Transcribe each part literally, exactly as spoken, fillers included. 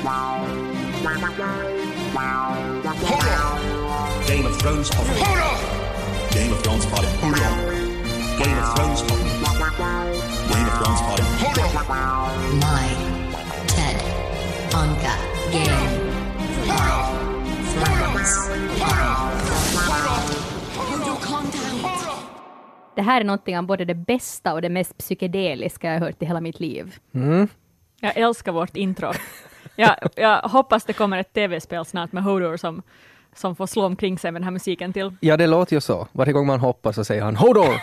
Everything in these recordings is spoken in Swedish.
Game of Thrones pod. Game of Thrones pod. Game of Thrones pod. Game of Thrones pod. My Ted Anka Game of Thrones pod. Det här är någonting av både det bästa och det mest psykedeliska jag har hört i hela mitt liv. Mm. Jag älskar vårt intro. Jag, jag hoppas det kommer ett tv-spel snart med Hodor som, som får slå omkring sig med den här musiken till. Ja, det låter ju så. Varje gång man hoppas så säger han Hodor!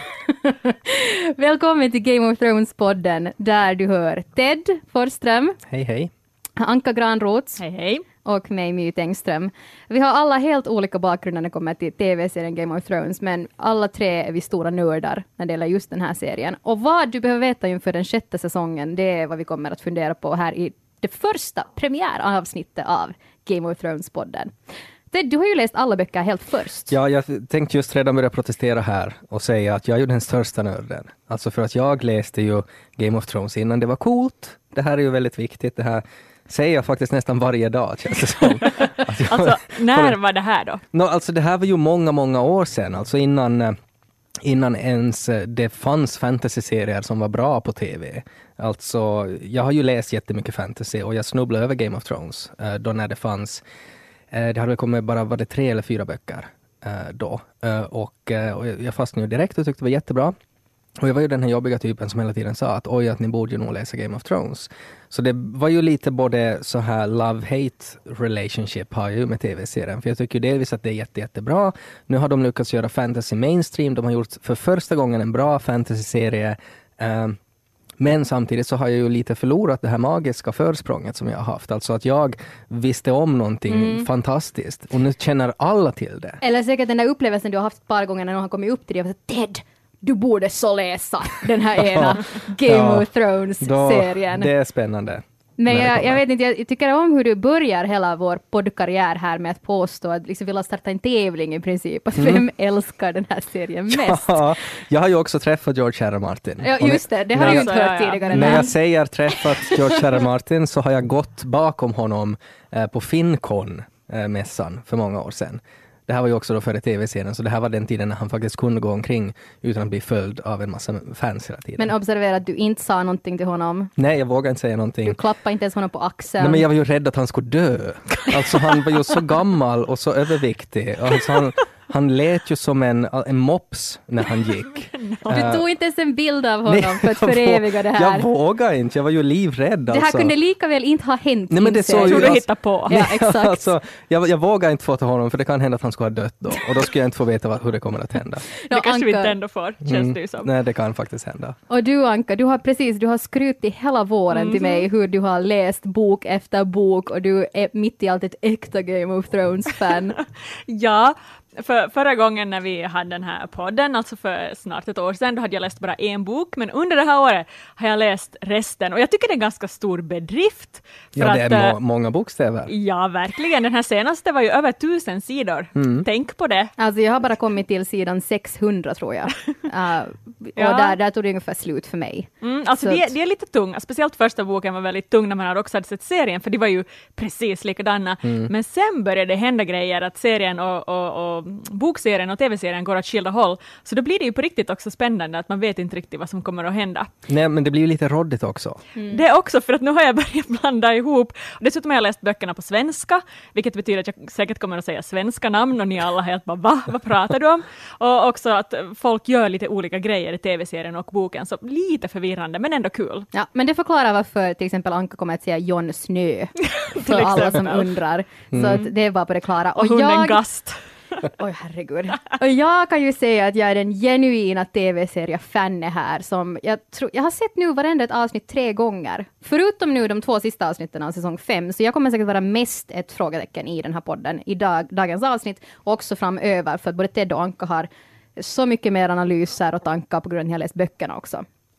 Välkommen till Game of Thrones-podden där du hör Ted Forsström. Hej, hej. Anka Granroth. Hej, hej. Och mig, My Tengström. Vi har alla helt olika bakgrunder när det kommer till tv-serien Game of Thrones, men alla tre är vi stora nördar när det gäller just den här serien. Och vad du behöver veta inför den sjätte säsongen, det är vad vi kommer att fundera på här i det första premiäravsnittet av Game of Thrones-podden. Du har ju läst alla böcker helt först. Ja, jag tänkte just redan börja protestera här och säga att jag är ju den största nörden. Alltså för att jag läste ju Game of Thrones innan det var coolt. Det här är ju väldigt viktigt. Det här säger jag faktiskt nästan varje dag, känns det som. Att jag, alltså, när var det här då? No, alltså det här var ju många, många år sedan. Alltså innan, innan ens det fanns fantasy-serier som var bra på tv. Alltså, jag har ju läst jättemycket fantasy och jag snubblade över Game of Thrones då när det fanns. Det hade väl kommit bara, var det tre eller fyra böcker då. Och, och jag fastnade direkt och tyckte det var jättebra. Och jag var ju den här jobbiga typen som hela tiden sa att oj, att ni borde ju nog läsa Game of Thrones. Så det var ju lite både så här love-hate relationship har jag ju med tv-serien. För jag tycker delvis att det är jätte, jättebra. Nu har de lyckats göra fantasy mainstream. De har gjort för första gången en bra fantasy-serie. Uh, Men samtidigt så har jag ju lite förlorat det här magiska försprånget som jag har haft. Alltså att jag visste om någonting mm. fantastiskt. Och nu känner alla till det. Eller säkert den där upplevelsen du har haft ett par gånger när någon har kommit upp till dig och sagt Ted, du borde så läsa den här ena Game ja, of Thrones-serien. Det är spännande. Men jag, jag vet inte, jag tycker om hur du börjar hela vår poddkarriär här med att påstå att liksom vilja starta en tävling i princip. Att mm. vem älskar den här serien mest? Ja, jag har ju också träffat George R. R. Martin. Ja, just det. Det har du ju inte hört tidigare. När jag säger träffat George R. R. Martin så har jag gått bakom honom eh, på Fincon-mässan eh, för många år sedan. Det här var ju också då före tv-serien, så det här var den tiden när han faktiskt kunde gå omkring utan att bli följd av en massa fans hela tiden. Men observera att du inte sa någonting till honom. Nej, jag vågar inte säga någonting. Du klappade inte ens honom på axeln. Nej, men jag var ju rädd att han skulle dö. Alltså han var ju så gammal och så överviktig. Alltså han, han lät ju som en, en mops när han gick. No. Du tog inte ens en bild av honom Nej, för att föreviga det här. Jag vågar inte, jag var ju livrädd. Det här alltså. kunde lika väl inte ha hänt. Nej, men det så ju, ju, du hittar på. Ja, exakt. Alltså, jag, jag vågar inte få till honom för det kan hända att han skulle ha dött då. Och då skulle jag inte få veta vad, hur det kommer att hända. Det no, kanske Anka. Vi inte ändå får, känns mm. det ju som. Nej, det kan faktiskt hända. Och du Anka, du har precis, du har skrutit hela våren mm. till mig hur du har läst bok efter bok och du är mitt i allt ett äkta Game of Thrones-fan. Ja, För, förra gången när vi hade den här podden, alltså för snart ett år sedan, då hade jag läst bara en bok, men under det här året har jag läst resten och jag tycker det är en ganska stor bedrift. För ja, det är att, må- många bokstäver. Ja, verkligen. Den här senaste var ju över tusen sidor. Mm. Tänk på det. Alltså jag har bara kommit till sidan sexhundra tror jag. Uh, ja. Och där, där tog det ungefär slut för mig. Mm, alltså det, att... det är lite tunga. Speciellt första boken var väldigt tung när man hade också hade sett serien, för det var ju precis likadana. Mm. Men sen började det hända grejer att serien och, och, och bokserien och tv-serien går åt skilda håll. Så då blir det ju på riktigt också spännande att man vet inte riktigt vad som kommer att hända. Nej, men det blir ju lite råddigt också. Mm. Det också, för att nu har jag börjat blanda ihop. Och dessutom har jag läst böckerna på svenska, vilket betyder att jag säkert kommer att säga svenska namn och ni alla helt bara, va? Vad pratar du om? Och också att folk gör lite olika grejer i tv-serien och boken, så lite förvirrande, men ändå kul. Ja, men det förklarar varför till exempel Anka kommer att säga Jon Snö för alla som undrar. Mm. Så att det är bara på det klara. Och, och hunden jag... Gast. Oj, herregud. Och jag kan ju säga att jag är den genuina tv-serie-fan här som jag tror, jag har sett nu varenda ett avsnitt tre gånger. Förutom nu de två sista avsnitten av säsong fem, så jag kommer säkert vara mest ett frågetecken i den här podden i dag, dagens avsnitt och också framöver, för att både Ted och Anka har så mycket mer analyser och tankar på grund av att jag har läst böckerna också.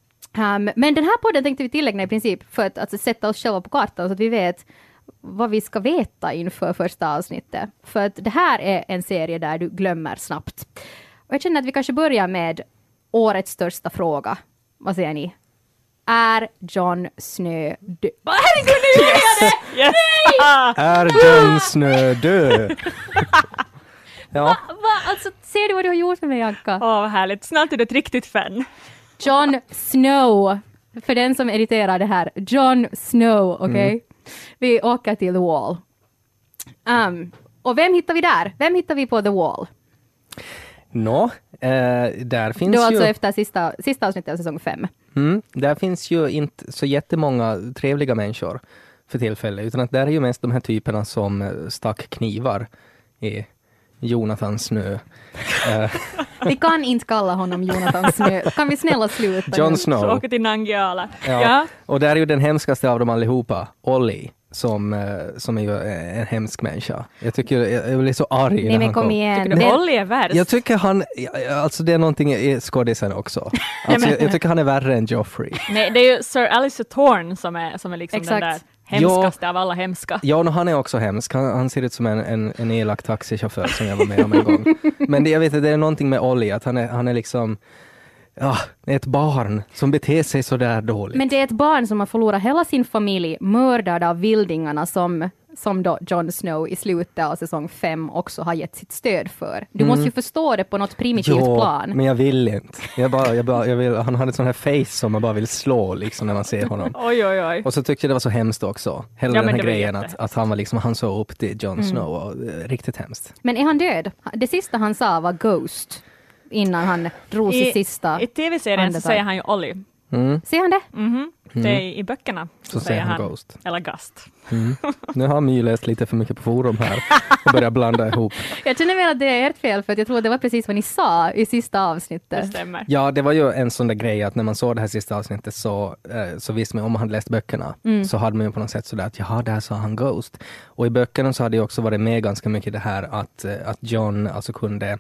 Um, men den här podden tänkte vi tillägna i princip för att alltså, sätta oss själva på kartan så att vi vet vad vi ska veta inför första avsnittet. För att det här är en serie där du glömmer snabbt. Och jag känner att vi kanske börjar med årets största fråga. Vad säger ni? Är Jon Snow död? Herregud, nu gör jag det! Yes. Är Jon Snow död? Ja. Va, va? Alltså, ser du vad du har gjort med mig, Anka? Åh, vad härligt. Snart är du ett riktigt fan. Jon Snow. För den som editerar det här. Jon Snow, okej? Okay? Mm. Vi åker till The Wall. Um, och vem hittar vi där? Vem hittar vi på The Wall? Nå, eh, där finns Då ju... alltså efter sista, sista avsnittet av säsong fem. Mm, där finns ju inte så jättemånga trevliga människor för tillfället, utan att där är ju mest de här typerna som stack knivar i Jonathan Snö. uh. Vi kan inte kalla honom Jonathan Snö. Kan vi snälla sluta? Jon Snow. Så åker till Nangiala. Ja. Ja. Och där är ju den hemskaste av dem allihopa, Ollie. Som, som är ju en hemsk människa. Jag tycker jag blir så arg. Nej, men kom kom. igen. Tycker du Ollie är värst? Jag tycker han, alltså det är någonting i skådisen också. Alltså jag, jag tycker han är värre än Joffrey. Nej, det är ju Sir Alistair Thorne som är, som är liksom Exakt. den där hemskaste ja, av alla hemska. Ja, och han är också hemsk. Han, han ser ut som en, en, en elak taxichaufför som jag var med om en gång. Men det, jag vet att det är någonting med Ollie, att han är, han är liksom ja, ett barn som beter sig så där dåligt. Men det är ett barn som har förlorat hela sin familj, mördad av vildingarna som, som då Jon Snow i slutet av säsong fem också har gett sitt stöd för. Du mm. måste ju förstå det på något primitivt jo, plan. Men jag vill inte. Jag bara, jag bara, jag vill, han hade ett sån här face som man bara vill slå liksom när man ser honom. Oj, oj, oj. Och så tyckte jag det var så hemskt också. Hela Ja, den här det grejen att, att han var liksom, han såg upp till Jon mm. Snow och uh, riktigt hemskt. Men är han död? Det sista han sa var Ghost. Innan han drog I, sitt sista I tv-serien andetag. så säger han ju Ollie. Mm. Ser han det? Mm-hmm. Mm. Det är i böckerna så, så säger han, han Ghost. Eller Gust. Mm. Nu har My läst lite för mycket på forum här och börjar blanda ihop. Jag känner väl att det är ert fel, för att jag tror att det var precis vad ni sa i sista avsnittet. Det stämmer. Ja, det var ju en sån där grej att när man såg det här sista avsnittet så, eh, så visste man om man hade läst böckerna mm. så hade man ju på något sätt sådär att jaha, där sa han Ghost. Och i böckerna så hade det också varit med ganska mycket det här att, att Jon alltså kunde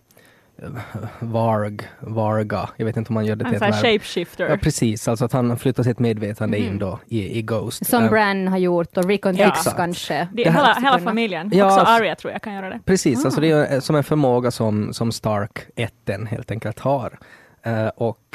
Varg, Varga, jag vet inte om man gör det till ett här shapeshifter. Ja, precis, alltså att han flyttar sitt medvetande mm. in då i, i Ghost. Som um, Bran har gjort och Rickon ja. Hicks kanske. Det, det hela, hela familjen, ja, också alltså, Arya tror jag kan göra det. Precis, ah. alltså det är som en förmåga som, som Stark ett helt enkelt har. Uh, och,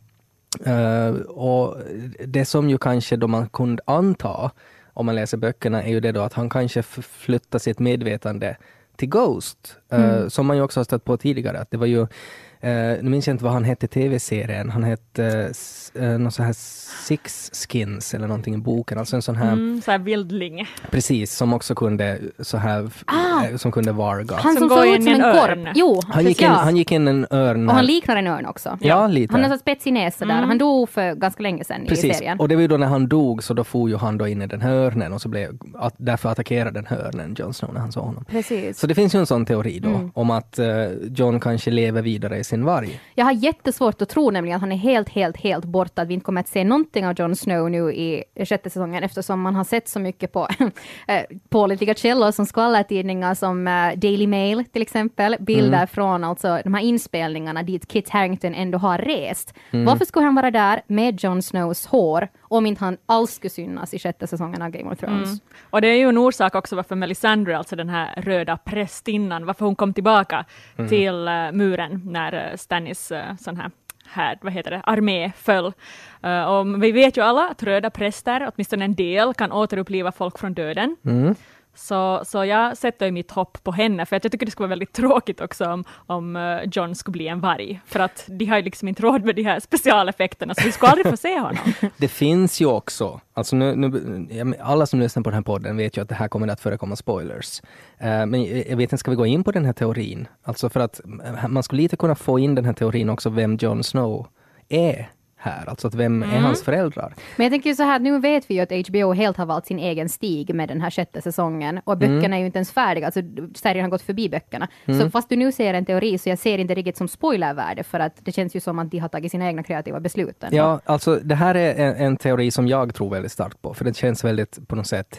uh, och det som ju kanske då man kunde anta om man läser böckerna är ju det då att han kanske flyttar sitt medvetande till Ghost, mm. uh, som man ju också har stött på tidigare. Att det var ju, uh, nu minns jag inte vad han hette i tv-serien, han hette uh, någon sån här Six Skins eller någonting i boken, alltså en sån här, mm, så här vildling. Precis, som också kunde så här, ah, uh, som kunde varga. Han som, som såg ut som en korp. Jo, han gick, in, han gick in en örn. Och han liknar en örn också. Ja, ja lite. Han har så spetsig näsa där. Mm. Han dog för ganska länge sedan Precis. i serien. Och det var ju då när han dog så då får ju han då in i den här örnen och så blev, att, därför attackerade den här örnen Jon Snow när han såg honom. Precis. Så det finns ju en sån teori då mm. om att uh, Jon kanske lever vidare i sin varg. Jag har jättesvårt att tro nämligen att han är helt, helt, helt borta. Att vi inte kommer att se någonting av Jon Snow nu i sjätte säsongen eftersom man har sett så mycket på pålitliga källor som skvallertidningar som uh, Daily Mail till exempel. Bilder mm. från alltså de här inspelningarna dit Kit Harington ändå har rest. Mm. Varför skulle han vara där med Jon Snows hår om inte han alls skulle synas i sjätte säsongen av Game of Thrones? Mm. Och det är ju en orsak också varför Melisandre, alltså den här röda prästinnan, varför hon kom tillbaka mm. till uh, muren när uh, Stannis uh, sån här här, vad heter det, armé föll. Uh, och vi vet ju alla att röda präster, åtminstone en del, kan återuppliva folk från döden. Mm. Så, så jag sätter ju mitt hopp på henne, för att jag tycker det skulle vara väldigt tråkigt också om, om uh, Jon skulle bli en varg. För att de har ju liksom inte råd med de här specialeffekterna, så vi ska aldrig få se honom. Det finns ju också, alltså nu, nu, alla som lyssnar på den här podden vet ju att det här kommer att förekomma spoilers. Uh, men jag vet inte, ska vi gå in på den här teorin? Alltså för att man skulle lite kunna få in den här teorin också, vem Jon Snow är här, alltså att vem mm. är hans föräldrar. Men jag tänker ju så här, nu vet vi ju att H B O helt har valt sin egen stig med den här sjätte säsongen och böckerna mm. är ju inte ens färdiga, alltså serien har gått förbi böckerna. Mm. Så fast du nu ser en teori så jag ser inte riktigt som spoilervärde, för att det känns ju som att de har tagit sina egna kreativa beslut. Ändå. Ja, alltså det här är en, en teori som jag tror väldigt starkt på, för det känns väldigt på något sätt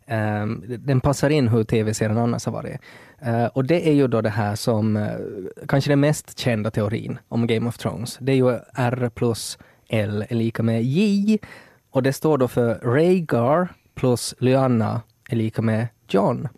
Um, den passar in hur tv-serien annars har varit. Uh, och det är ju då det här som uh, kanske den mest kända teorin om Game of Thrones. Det är ju R plus L är lika med J, och det står då för Rhaegar plus Lyanna är lika med Jon.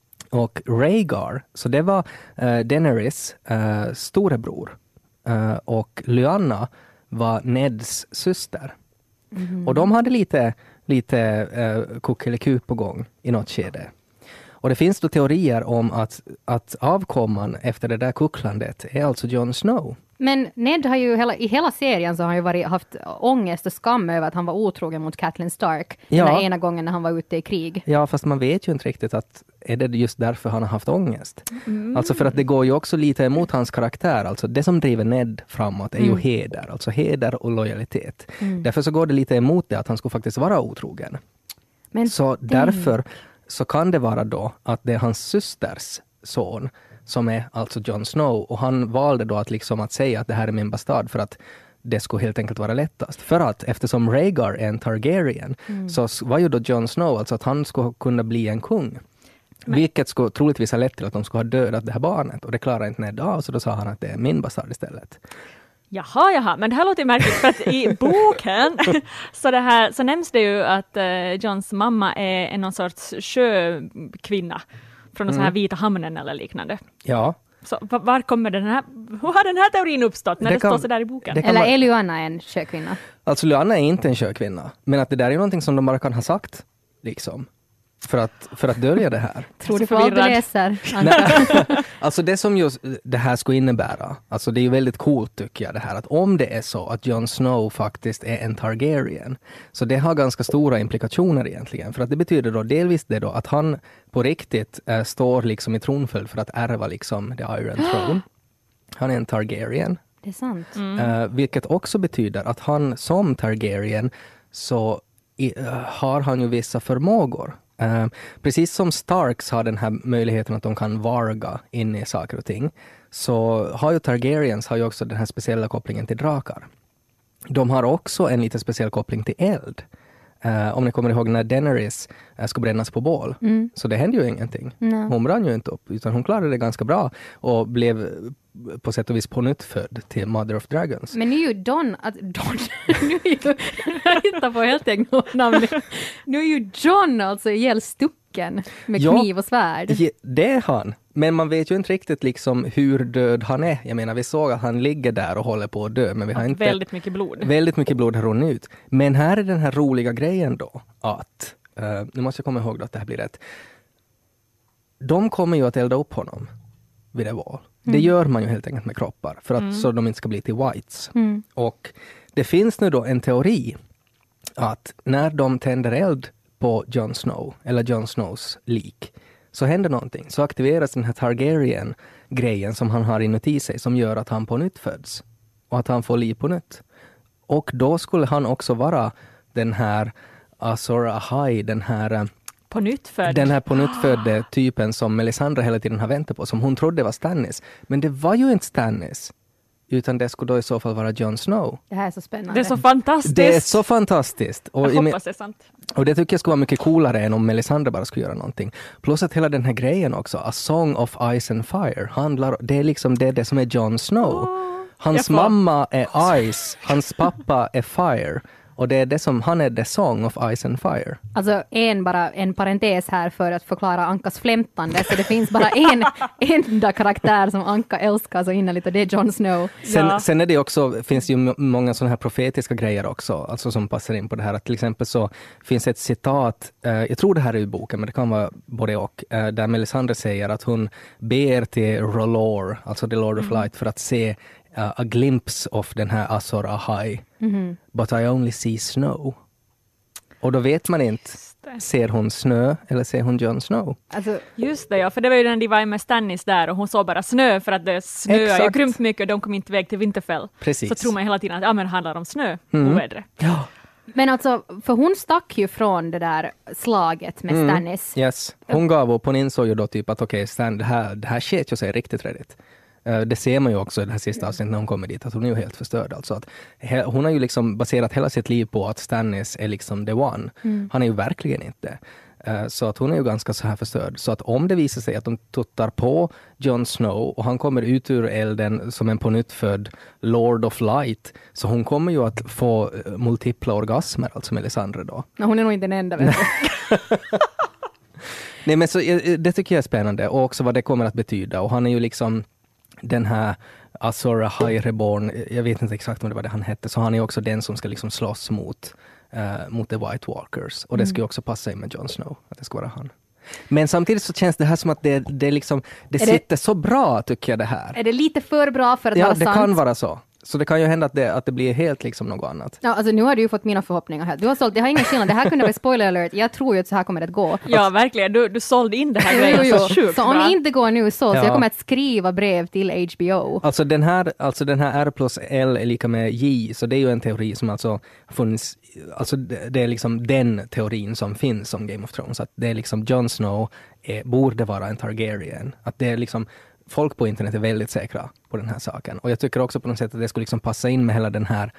Och Rhaegar, så det var uh, Daenerys uh, storebror, uh, och Lyanna var Neds syster. Och de hade lite, lite uh, kuckeliku på gång i något skede. Och det finns då teorier om att, att avkomman efter det där kucklandet är alltså Jon Snow. Men Ned har ju hela, i hela serien så har han ju varit, haft ångest och skam över att han var otrogen mot Catelyn Stark. Ja. Den där ena gången när han var ute i krig. Ja, fast man vet ju inte riktigt att är det just därför han har haft ångest. Mm. Alltså för att det går ju också lite emot hans karaktär. Alltså det som driver Ned framåt är mm. ju heder. Alltså heder och lojalitet. Mm. Därför så går det lite emot det att han skulle faktiskt vara otrogen. Men så det... därför så kan det vara då att det är hans systers son som är alltså Jon Snow. Och han valde då att liksom att säga att det här är min bastard för att det skulle helt enkelt vara lättast. För att eftersom Rhaegar är en Targaryen mm. så var ju då Jon Snow alltså att han skulle kunna bli en kung. Men. Vilket skulle troligtvis ha lett till att de skulle ha dödat det här barnet. Och det klarar inte Ned av, så då sa han att det är min bastard istället. Jaha, jaha, men det här låter ju märkligt för att i boken så, det här, så nämns det ju att uh, Jons mamma är en någon sorts sjökvinna från mm. så här Vita hamnen eller liknande. Ja. Så var, var kommer den här, hur har den här teorin uppstått när det, det kan, står så där i boken? Eller är Lyanna en sjökvinna? Alltså Lyanna är inte en sjökvinna, men att det där är någonting som de bara kan ha sagt, liksom. För att, för att dölja det här. Tror du vad du läser? Alltså det som just det här skulle innebära, alltså det är ju väldigt coolt tycker jag det här, att om det är så att Jon Snow faktiskt är en Targaryen, så det har ganska stora implikationer egentligen. För att det betyder då delvis det då att han på riktigt äh, står liksom i tronföljd för att ärva liksom the Iron Throne. Han är en Targaryen. Det är sant. Mm. Äh, vilket också betyder att han som Targaryen så i, äh, har han ju vissa förmågor. Uh, precis som Starks har den här möjligheten att de kan varga in i saker och ting, så har ju Targaryens har ju också den här speciella kopplingen till drakar. De har också en lite speciell koppling till eld. Uh, om ni kommer ihåg när Daenerys uh, ska brännas på bål. Mm. Så det hände ju ingenting. No. Hon brann ju inte upp, utan hon klarade det ganska bra och blev på sätt och vis på nytt född till Mother of Dragons. Men nu är ju Don, att Don nu är ju, jag hittar på helt egna namn. Nu är ju Jon alltså ihjälstucken med ja, kniv och svärd. Det är han. Men man vet ju inte riktigt liksom hur död han är. Jag menar, vi såg att han ligger där och håller på att dö. Men vi har inte, väldigt mycket blod. Väldigt mycket blod har runnit ut. Men här är den här roliga grejen då. Att, uh, nu måste jag komma ihåg då att det här blir rätt. De kommer ju att elda upp honom vid det val. Mm. Det gör man ju helt enkelt med kroppar. För att mm. så de inte ska bli till whites. Mm. Och det finns nu då en teori. Att när de tänder eld på Jon Snow. Eller Jon Snows lik. Så händer någonting. Så aktiveras den här Targaryen-grejen som han har inuti sig. Som gör att han på nytt föds. Och att han får liv på nytt. Och då skulle han också vara den här Azor Ahai. Den här... På nytt född. Den här på nytt födde typen som Melisandre hela tiden har väntat på. Som hon trodde var Stannis. Men det var ju inte Stannis. Utan det skulle då i så fall vara Jon Snow. Det här är så spännande. Det är så fantastiskt. Det är så fantastiskt. Och jag hoppas det är sant. Och det tycker jag skulle vara mycket coolare än om Melisandre bara skulle göra någonting. Plus att hela den här grejen också, A Song of Ice and Fire, handlar, det är liksom det, det som är Jon Snow. Oh, hans mamma är Ice, hans pappa är Fire. Och det är det som, han är The Song of Ice and Fire. Alltså en, bara en parentes här för att förklara Ankas flämtande. Så det finns bara en enda karaktär som Anka älskar så innerligt och det är Jon Snow. Sen, ja. sen är det också, finns ju många sådana här profetiska grejer också. Alltså som passar in på det här. Att till exempel så finns ett citat, eh, jag tror det här är i boken men det kan vara både och. Eh, där Melisandre säger att hon ber till R'hllor, alltså the Lord of mm. Light, för att se Uh, a glimpse of den här Azor Ahai. Mm-hmm. But I only see snow. Och då vet man inte, ser hon snö eller ser hon Jon Snow? Alltså, just det, ja, för det var ju när de var med Stannis där och hon såg bara snö för att det snöar ju grymt mycket och de kom inte iväg till Winterfell. Precis. Så tror man hela tiden att ja, men det handlar om snö mm. och vädret. Ja. Men alltså, för hon stack ju från det där slaget med mm. Stannis. Yes, hon gav upp, hon insåg ju då typ att okej, okay, Stan, det här, det här sket ju sig riktigt redigt. Det ser man ju också i det här sista avsnittet när hon kommer dit, att hon är ju helt förstörd. Alltså att he, hon har ju liksom baserat hela sitt liv på att Stannis är liksom the one. Mm. Han är ju verkligen inte. Uh, så att hon är ju ganska så här förstörd. Så att om det visar sig att de tuttar på Jon Snow och han kommer ut ur elden som en på nytt född Lord of Light, så hon kommer ju att få uh, multipla orgasmer, alltså Melisandre då. Men hon är nog inte den enda, vet du. Nej, men så, det tycker jag är spännande och också vad det kommer att betyda. Och han är ju liksom den här Azor Ahai Reborn, jag vet inte exakt om det var det han hette, så han är också den som ska liksom slåss mot uh, mot The White Walkers. Och det skulle också passa in med Jon Snow, att det ska vara han. Men samtidigt så känns det här som att det, det, liksom, det sitter det, så bra, tycker jag, det här. Är det lite för bra för att ja, vara sant? Ja, det kan vara så. Så det kan ju hända att det, att det blir helt liksom något annat. Ja, alltså nu har du ju fått mina förhoppningar här. Du har sålt, det har ingen skillnad. Det här kunde vara spoiler alert. Jag tror ju att så här kommer det att gå. Ja, verkligen. Du, du sålde in det här grejen jo, jo. så sjukt Så om bra. det inte går nu så, ja. så jag kommer att skriva brev till H B O. Alltså den här, alltså den här R plus L är lika med J, så det är ju en teori som alltså funnits, alltså det, det är liksom den teorin som finns om Game of Thrones. Att det är liksom Jon Snow är, borde vara en Targaryen. Att det är liksom folk på internet är väldigt säkra på den här saken. Och jag tycker också på något sätt att det skulle liksom passa in med hela den här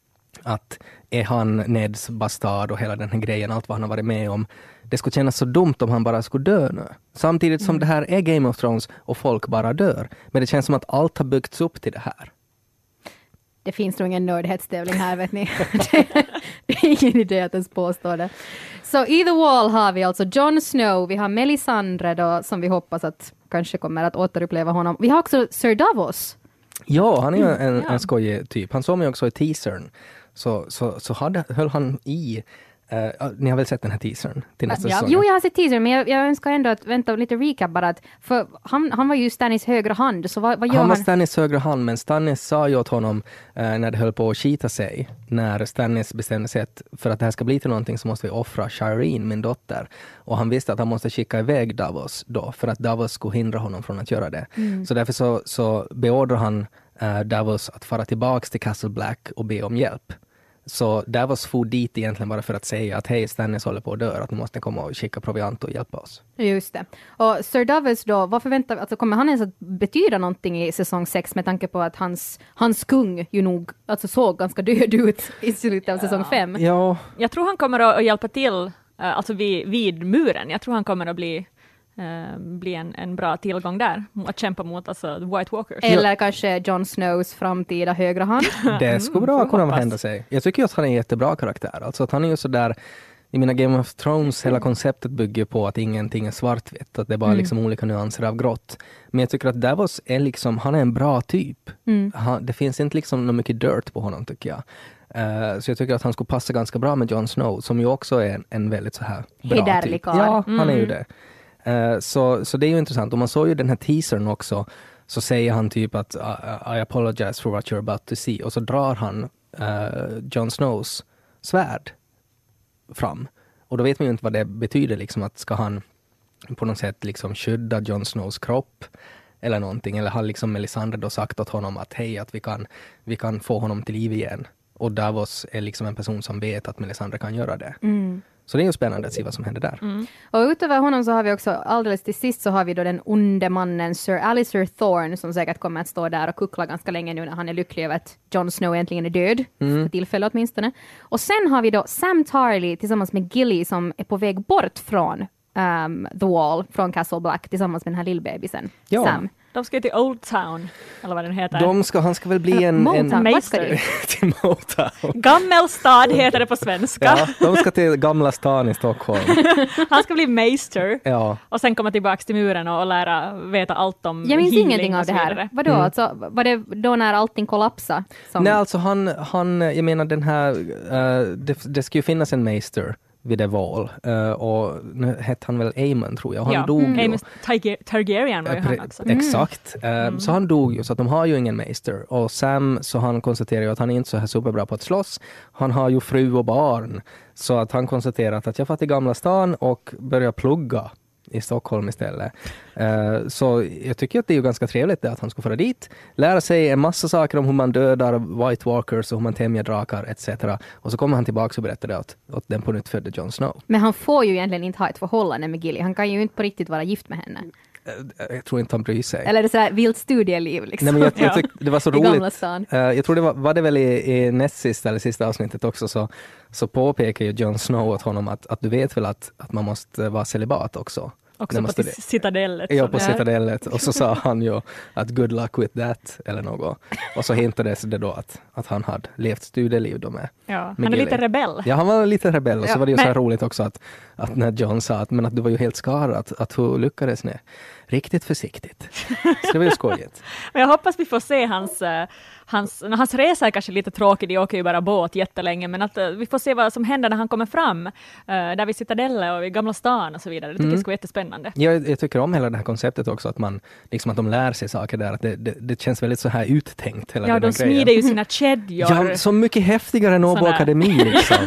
att är han Neds bastard och hela den här grejen, allt vad han har varit med om. Det skulle kännas så dumt om han bara skulle dö nu. Samtidigt som mm. det här är Game of Thrones och folk bara dör. Men det känns som att allt har byggts upp till det här. Det finns nog ingen nördhetstävling här, vet ni. det, det är ingen idé att ens påstå det. Så i The Wall har vi alltså Jon Snow, vi har Melisandre då, som vi hoppas att kanske kommer att återuppleva honom. Vi har också Sir Davos. Ja, han är ju en, ja. en skojig typ. Han såg mig också i teasern. Så, så, så hade, höll han i... Uh, ni har väl sett den här teasern till nästa ja. säsong? Jo, jag har sett teasern, men jag, jag önskar ändå att vänta lite recap bara. Att, för han, han var ju Stannis högra hand, så vad, vad gör han? Han var Stannis högra hand, men Stannis sa ju åt honom uh, när det höll på att skita sig, när Stannis bestämde sig att för att det här ska bli till någonting så måste vi offra Shireen, min dotter. Och han visste att han måste skicka iväg Davos då, för att Davos skulle hindra honom från att göra det. Mm. Så därför så, så beordrar han uh, Davos att fara tillbaks till Castle Black och be om hjälp. Så Davos for dit egentligen bara för att säga att hej, Stannis håller på att dö, att ni måste komma och skicka proviant och hjälpa oss. Just det. Och Sir Davos då, vad förväntar alltså kommer han ens att betyda någonting i säsong sex med tanke på att hans, hans kung ju nog alltså såg ganska död ut i slutet av säsong fem? Ja. Jag tror han kommer att hjälpa till alltså vid, vid muren. Jag tror han kommer att bli Uh, bli en, en bra tillgång där att kämpa mot alltså the White Walkers. Eller kanske Jon Snows framtida högra hand. Det skulle bra mm, kunna hända sig. Jag tycker att han är en jättebra karaktär. Alltså att han är ju så där, i mina Game of Thrones, hela konceptet bygger på att ingenting är svartvitt. Att det är bara mm. liksom olika nyanser av grått. Men jag tycker att Davos är liksom, han är en bra typ. Mm. Han, det finns inte liksom något mycket dirt på honom, tycker jag. Uh, så jag tycker att han skulle passa ganska bra med Jon Snow, som ju också är en, en väldigt så här bra Hederlig typ. karl. Ja, mm. han är ju det. Uh, så, så det är ju intressant. Och man såg ju den här teasern också, så säger han typ att I, I apologize for what you're about to see. Och så drar han uh, Jon Snows svärd fram. Och då vet man ju inte vad det betyder, liksom att ska han på något sätt liksom skydda Jon Snows kropp eller någonting. Eller har liksom Melisandre då sagt åt honom att hej, att vi kan, vi kan få honom till liv igen. Och Davos är liksom en person som vet att Melisandre kan göra det. Mm. Så det är ju spännande att se vad som händer där. Mm. Och utöver honom så har vi också, alldeles till sist så har vi då den onde mannen Sir Alistair Thorne, som säkert kommer att stå där och kuckla ganska länge nu när han är lycklig över att Jon Snow äntligen är död, mm. för tillfället åtminstone. Och sen har vi då Sam Tarly tillsammans med Gilly som är på väg bort från um, The Wall, från Castle Black tillsammans med den här lillbebisen, ja. Sam. De ska till Old Town, eller vad den heter. De ska, han ska väl bli en... Motown, en vad ska du? till Motown. Gammelstad heter det på svenska. Ja, de ska till Gamla stan i Stockholm. Han ska bli Meister. Ja. Och sen komma tillbaka till muren och, och lära veta allt om Jag minns healing ingenting av det här. Vadå? Mm. Alltså, var det då när allting kollapsade? Som... Nej, alltså han, han, jag menar den här, uh, det, det ska ju finnas en Meister vid det val. Uh, och nu hette han väl Aemon, tror jag. Han ja. dog mm. ju. Aemon Targa- Targaryen var ju han också. Mm. Exakt. Uh, mm. Så han dog ju, så att de har ju ingen Meister. Och Sam, så han konstaterar ju att han är inte så här superbra på att slåss. Han har ju fru och barn. Så att han konstaterar att jag får till Gamla stan och börjar plugga i Stockholm istället. Uh, så jag tycker att det är ju ganska trevligt det, att han ska föra dit, lära sig en massa saker om hur man dödar White Walkers och hur man tämjer drakar et cetera. Och så kommer han tillbaka och berättar det åt, åt den på nytt födde Jon Snow. Men han får ju egentligen inte ha ett förhållande med Gilly. Han kan ju inte på riktigt vara gift med henne. Jag tror inte han bryr sig. Eller är det så här vilt studieliv liksom. Nej, men jag, jag tyckte det var så roligt. Uh, jag tror det var, var det väl i, i näst sista eller sista avsnittet också, så, så påpekar ju Jon Snow åt honom att, att du vet väl att, att man måste vara celibat också. Också på t- citadellet. Ja, på citadellet. Och så sa han ju att good luck with that eller något. Och så hintades det då att, att han hade levt studieliv då med. Ja, med han är Gilly. lite rebell. Ja, han var lite rebell. Och så ja, var det ju men... så här roligt också att, att när Jon sa att, men att du var ju helt skarad, att, att hur lyckades ni? riktigt försiktigt. Så det var ju skojigt. Men jag hoppas vi får se hans, uh, hans, hans resa är kanske lite tråkig, de åker ju bara båt jättelänge, men att uh, vi får se vad som händer när han kommer fram, uh, där vid Citadelle och i Gamla stan och så vidare. Det tycker mm. jag ska vara jättespännande. Jag, jag tycker om hela det här konceptet också, att man liksom att de lär sig saker där, att det, det, det känns väldigt så här uttänkt. Hela ja, den de smider grejen. ju sina kedjor. Ja, så mycket häftigare än Åbo Akademi liksom.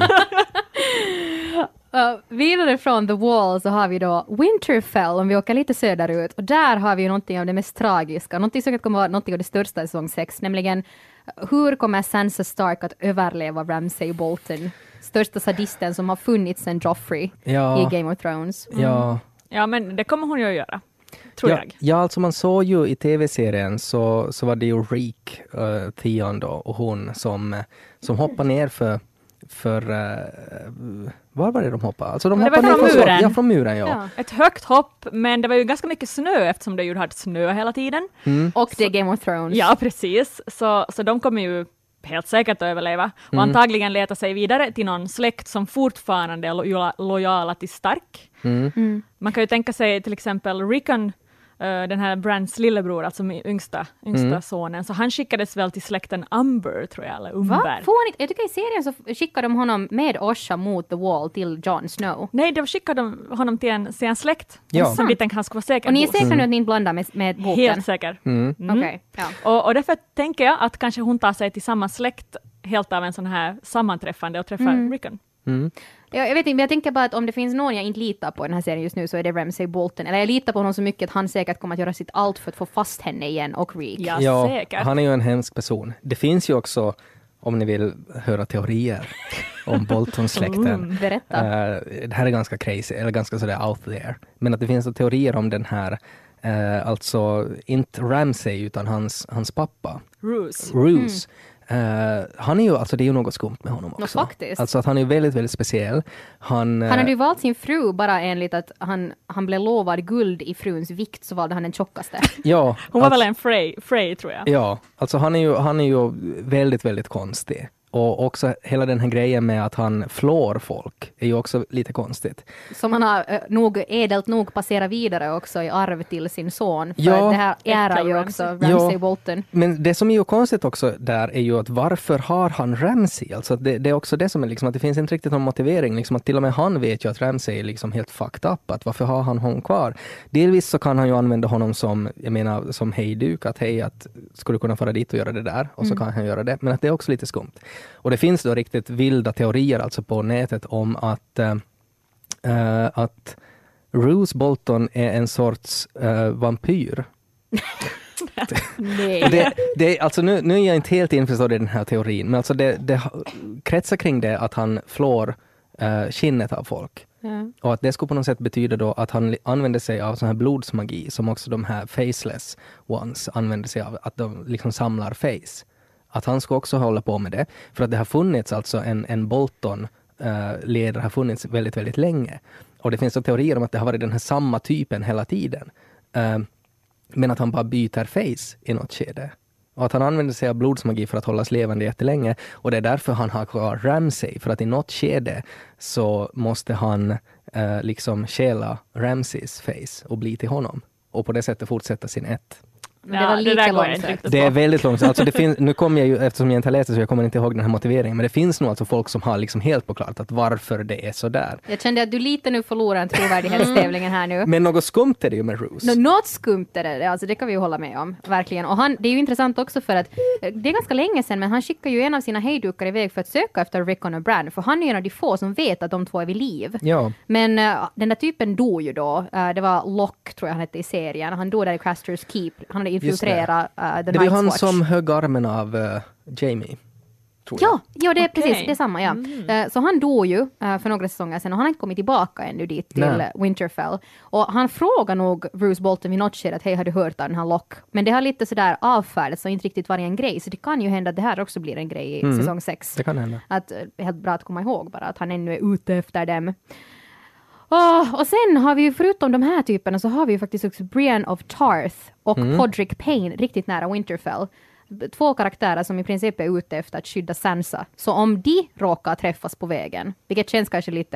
Uh, vidare från The Wall så har vi då Winterfell, om vi åker lite söderut, och där har vi ju någonting av det mest tragiska, någonting som kommer vara någonting av det största i säsong sex, nämligen hur kommer Sansa Stark att överleva Ramsay Bolton, största sadisten som har funnits sedan Joffrey ja. i Game of Thrones. Mm. Ja. ja, men det kommer hon ju att göra. Tror ja, jag. Ja, alltså man såg ju i tv-serien så, så var det ju Reek, uh, Theon då, och hon som, som hoppade ner för för uh, var var det de hoppade? Alltså de det hoppade var från ner muren. Så, ja, från muren, ja. ja. Ett högt hopp, men det var ju ganska mycket snö eftersom det ju hade snö hela tiden. Mm. Och det är Game of Thrones. Ja, precis. Så, så de kommer ju helt säkert att överleva. Och mm. antagligen leta sig vidare till någon släkt som fortfarande är lo- lojala till Stark. Mm. Mm. Man kan ju tänka sig till exempel Rickon, Uh, den här Brands lillebror, alltså min yngsta, yngsta Mm. sonen. Så han skickades väl till släkten Umber, tror jag, eller Umber. Va? Får han inte? Jag tycker i serien så skickade de honom med Osha mot The Wall till Jon Snow. Nej, de skickade de honom till en, till en släkt. Ja. Som vi tänkte han skulle vara säker Och ni är hos. säkra Mm. nu att ni inte blandar med, med boken? Helt säker. Mm. Mm. Okej, ja. Och, och därför tänker jag att kanske hon tar sig till samma släkt helt av en sån här sammanträffande och träffar Mm. Rickon. Mm. Jag, jag vet inte, men jag tänker bara att om det finns någon jag inte litar på i den här serien just nu så är det Ramsay Bolton. Eller jag litar på honom så mycket att han säkert kommer att göra sitt allt för att få fast henne igen och Reek. Ja, Ja, säkert. han är ju en hemsk person. Det finns ju också, om ni vill höra teorier om Bolton-släkten. Mm, berätta. Uh, det här är ganska crazy, eller ganska sådär out there. Men att det finns teorier om den här, uh, alltså inte Ramsay utan hans, hans pappa. Roose. Roose. Mm. Uh, han är ju, alltså det är ju något skumt med honom också. No, faktiskt. Alltså att han är väldigt, väldigt speciell. Han, Han hade ju valt sin fru bara enligt att han, han blev lovad guld i fruns vikt, så valde han den tjockaste. ja, Hon var alltså, väl en Frey, Frey tror jag. Ja, alltså han är ju, han är ju väldigt, väldigt konstig. Och också hela den här grejen med att han flår folk är ju också lite konstigt. Som han har uh, nog, ädelt nog passera vidare också i arv till sin son. För Ja. det här ärar ju också Ramsay Ja. Bolton. Men det som är ju konstigt också där är ju att varför har han Ramsay? Alltså det, det är också det som är liksom att det finns inte riktigt någon motivering. Liksom att till och med han vet ju att Ramsay är liksom helt fucked up. Att varför har han honom kvar? Delvis så kan han ju använda honom som, jag menar, som hejduk. Att hej, att skulle kunna fara dit och göra det där. Och så Mm. kan han göra det. Men att det är också lite skumt. Och det finns då riktigt vilda teorier alltså på nätet om att, äh, att Roose Bolton är en sorts äh, vampyr. Nej. det, det, alltså nu, nu är jag inte helt införstådd i den här teorin, men alltså det, det kretsar kring det att han flår äh, kinnet av folk. Ja. Och att det skulle på något sätt betyda då att han använder sig av sån här blodsmagi som också de här faceless ones använder sig av, att de liksom samlar face. Att han ska också hålla på med det. För att det har funnits alltså en, en Bolton-ledare uh, har funnits väldigt, väldigt länge. Och det finns så teorier om att det har varit den här samma typen hela tiden. Uh, men att han bara byter face i något skede. Och att han använder sig av blodsmagi för att hållas levande jättelänge. Och det är därför han har kvar Ramsay. För att i något skede så måste han uh, liksom stjäla Ramsays face och bli till honom. Och på det sättet fortsätta sin ett. Men det var lite där går jag inte långsökt. riktigt Det är på. väldigt långt. Alltså det finns, nu kommer jag ju, eftersom jag inte har läst det så jag kommer inte ihåg den här motiveringen, men det finns nog alltså folk som har liksom helt på klart att varför det är så där. Jag kände att du lite nu förlorar en trovärdighetstävlingen här nu. Men något skumt är det ju med Roose. Nå, något skumt är det, alltså det kan vi ju hålla med om, verkligen. Och han, det är ju intressant också för att eh, det är ganska länge sedan, men han skickar ju en av sina hejdukar iväg för att söka efter Rickon och Bran, för han är en av de få som vet att de två är vid liv. Ja. Men uh, den där typen dog ju då. Uh, det var Locke, tror jag han hette i serien. Han dog där i Craster's Keep. Han hade infiltrerat uh, The Det var ju Night's han Watch. som högg armen av uh, Jamie. Tror jag. Ja, ja, det är Okej. precis det är samma. Ja. Mm. Uh, så han dog ju uh, för några säsonger sedan och han har inte kommit tillbaka ännu dit till Nej. uh, Winterfell. Och han frågar nog Roose Bolton vid något skede att hej, har du hört av den här Locke? Men det har lite sådär avfärdats och inte riktigt varit en grej. Så det kan ju hända att det här också blir en grej i Mm. säsong sex. Det kan hända. Att, uh, helt bra att komma ihåg bara att han ännu är ute efter dem. Oh, och sen har vi ju förutom de här typerna så har vi ju faktiskt också Brienne of Tarth och Mm. Podrick Payne riktigt nära Winterfell. Två karaktärer som i princip är ute efter att skydda Sansa. Så om de råkar träffas på vägen, vilket känns kanske lite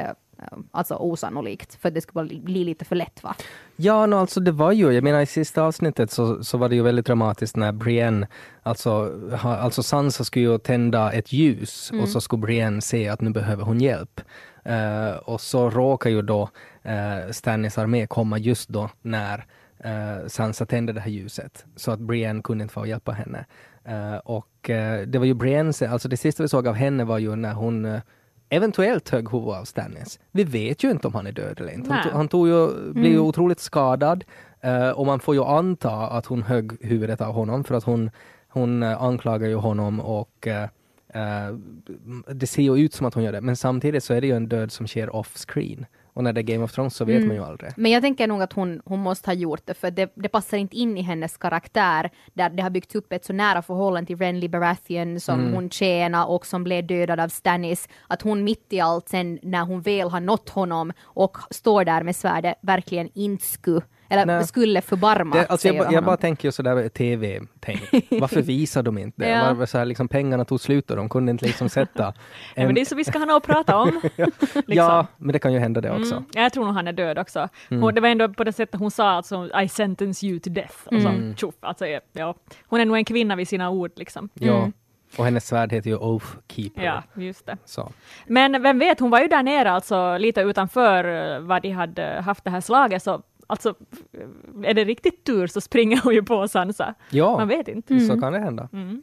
alltså osannolikt, för det skulle bli lite för lätt, va? Ja, no, alltså det var ju, jag menar i sista avsnittet så, så var det ju väldigt dramatiskt när Brienne, alltså, ha, alltså Sansa skulle ju tända ett ljus mm. och så skulle Brienne se att nu behöver hon hjälp. Uh, och så råkar ju då uh, Stannis armé komma just då när uh, Sansa tände det här ljuset. Så att Brienne kunde inte få hjälpa henne. Uh, och uh, det var ju Brienne, alltså det sista vi såg av henne var ju när hon uh, eventuellt högg huvudet av Stannis. Vi vet ju inte om han är död eller inte. Han, tog, han tog ju, blev ju mm. otroligt skadad uh, och man får ju anta att hon högg huvudet av honom för att hon, hon uh, anklagar ju honom och uh, uh, det ser ju ut som att hon gör det. Men samtidigt så är det ju en död som sker off-screen. Och när det är Game of Thrones så vet mm. man ju aldrig. Men jag tänker nog att hon, hon måste ha gjort det, för det, det passar inte in i hennes karaktär där det har byggts upp ett så nära förhållande till Renly Baratheon som mm. hon tjänar och som blev dödad av Stannis. Att hon mitt i allt sen när hon väl har nått honom och står där med svärdet verkligen inte skulle eller Nej. skulle förbarma det, alltså jag, jag bara tänker ju sådär tv-tänk. Varför visar de inte det? Ja. Var så här, liksom, pengarna tog slut och de kunde inte liksom sätta... En... Ja, men det är så vi ska ha något att prata om. ja. Liksom. Ja, men det kan ju hända det också. Mm. Jag tror nog han är död också. Hon, mm. Det var ändå på det sättet hon sa alltså, I sentence you to death. Och så, mm. tjoff, alltså, ja. Hon är nog en kvinna vid sina ord. Liksom. Ja. Mm. Och hennes svärd heter ju Oathkeeper. Ja, just det. Så. Men vem vet, hon var ju där nere alltså lite utanför vad de hade haft det här slaget, så alltså, är det riktigt tur så springer hon ju på Sansa. Ja, man vet inte. Mm. Så kan det hända. Mm.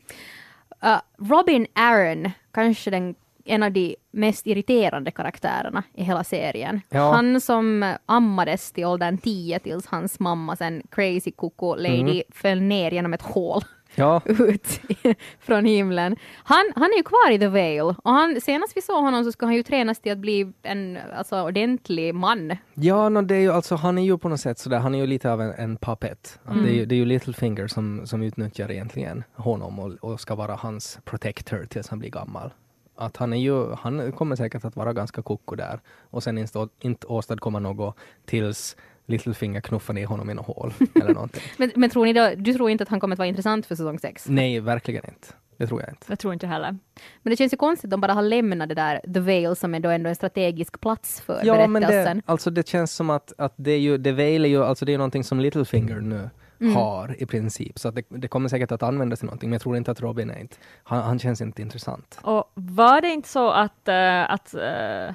Uh, Robin Arryn, kanske den, en av de mest irriterande karaktärerna i hela serien. Ja. Han som ammades till åldern tio tills hans mamma, sen crazy koko lady, mm. föll ner genom ett hål. Ja. ut från himlen. Han, han är ju kvar i The Vale och han, senast vi såg honom så ska han ju tränas till att bli en alltså, ordentlig man. Ja, no, det är ju, alltså, han är ju på något sätt sådär, han är ju lite av en, en puppet. Mm. Det, är ju, det är ju Littlefinger som, som utnyttjar egentligen honom och, och ska vara hans protector tills han blir gammal. Att han, är ju, han kommer säkert att vara ganska koko där och sen inte, inte åstadkomma något tills Littlefinger knuffar ner honom i något hål eller någonting. men, men tror ni då, du tror inte att han kommer att vara intressant för säsong sex? Nej, verkligen inte. Det tror jag inte. Jag tror inte heller. Men det känns ju konstigt att de bara har lämnat det där The Vale som är då ändå en strategisk plats för ja, berättelsen. Men det, alltså det känns som att, att det är ju, The Vale är ju, alltså det är någonting som Littlefinger nu mm. har i princip. Så att det, det kommer säkert att användas till någonting. Men jag tror inte att Robin är inte, han, han känns inte intressant. Och var det inte så att, uh, att uh...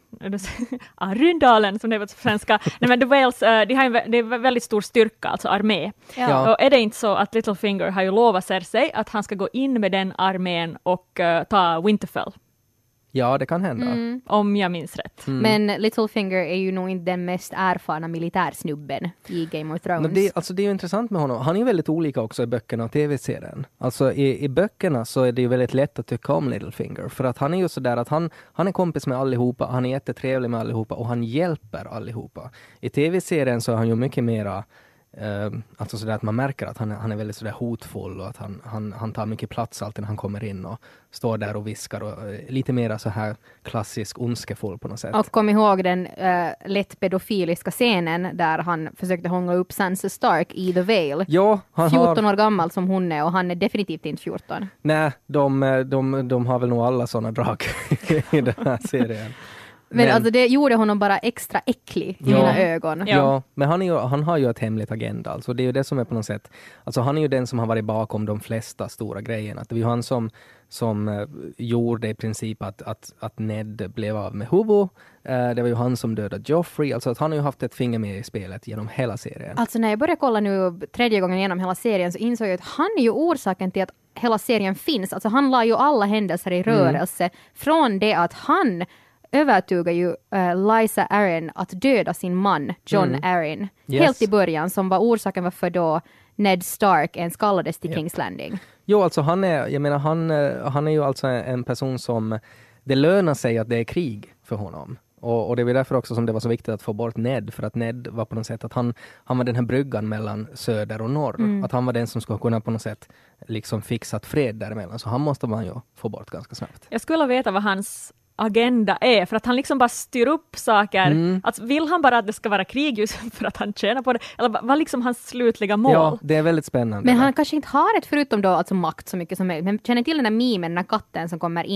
Arryn-dalen som det var på svenska. Nej, men The Wales, uh, de har en, det är väldigt stor styrka, alltså armé. Ja. Och är det inte så att Littlefinger har ju lovat Cersei att han ska gå in med den armén och uh, ta Winterfell? Ja, det kan hända. Mm. Om jag minns rätt. Mm. Men Littlefinger är ju nog inte den mest erfarna militärsnubben i Game of Thrones. Men det, alltså det är ju intressant med honom. Han är ju väldigt olika också i böckerna och tv-serien. Alltså i, i böckerna så är det ju väldigt lätt att tycka om Littlefinger. För att han är ju sådär att han, han är kompis med allihopa. Han är jättetrevlig med allihopa och han hjälper allihopa. I tv-serien så är han ju mycket mera... Uh, alltså sådär att man märker att han, han är väldigt sådär hotfull och att han, han, han tar mycket plats alltid när han kommer in och står där och viskar och uh, lite mer så här klassisk ondskefull på något sätt. Och kom ihåg den uh, lätt pedofiliska scenen där han försökte hångla upp Sansa Stark i The Vale. Ja, han fjorton har... år gammal som hon är och han är definitivt inte fjorton. Nej, de, de, de har väl nog alla sådana drag i den här serien. Men, men alltså det gjorde honom bara extra äcklig i ja, mina ögon. Ja, ja men han, är ju, han har ju ett hemligt agenda. Alltså det är ju det som är på något sätt... Alltså han är ju den som har varit bakom de flesta stora grejerna. Det var ju han som, som uh, gjorde i princip att, att, att Ned blev av med Hugo. Uh, det var ju han som dödade Joffrey. Alltså att han har ju haft ett finger med i spelet genom hela serien. Alltså när jag började kolla nu tredje gången genom hela serien så insåg jag att han är ju orsaken till att hela serien finns. Alltså han la ju alla händelser i rörelse. Mm. Från det att han... övertugar ju uh, Lysa Arryn att döda sin man John mm. Arryn. Yes. Helt i början, som var orsaken varför då Ned Stark ens kallades till yep. King's Landing. Jo, alltså han är, jag menar han, han är ju alltså en person som det lönar sig att det är krig för honom. Och, och det var därför också som det var så viktigt att få bort Ned. För att Ned var på något sätt att han, han var den här bryggan mellan söder och norr. Mm. Att han var den som skulle kunna på något sätt liksom fixat fred däremellan. Så han måste man ju få bort ganska snabbt. Jag skulle veta vad hans agenda är, för att han liksom bara styr upp saker. Mm. Alltså, vill han bara att det ska vara krig just för att han tjänar på det? Eller vad liksom hans slutliga mål? Ja, det är väldigt spännande. Men han kanske inte har ett, förutom då alltså makt så mycket som möjligt. Men känner till den där memen, den där katten som kommer in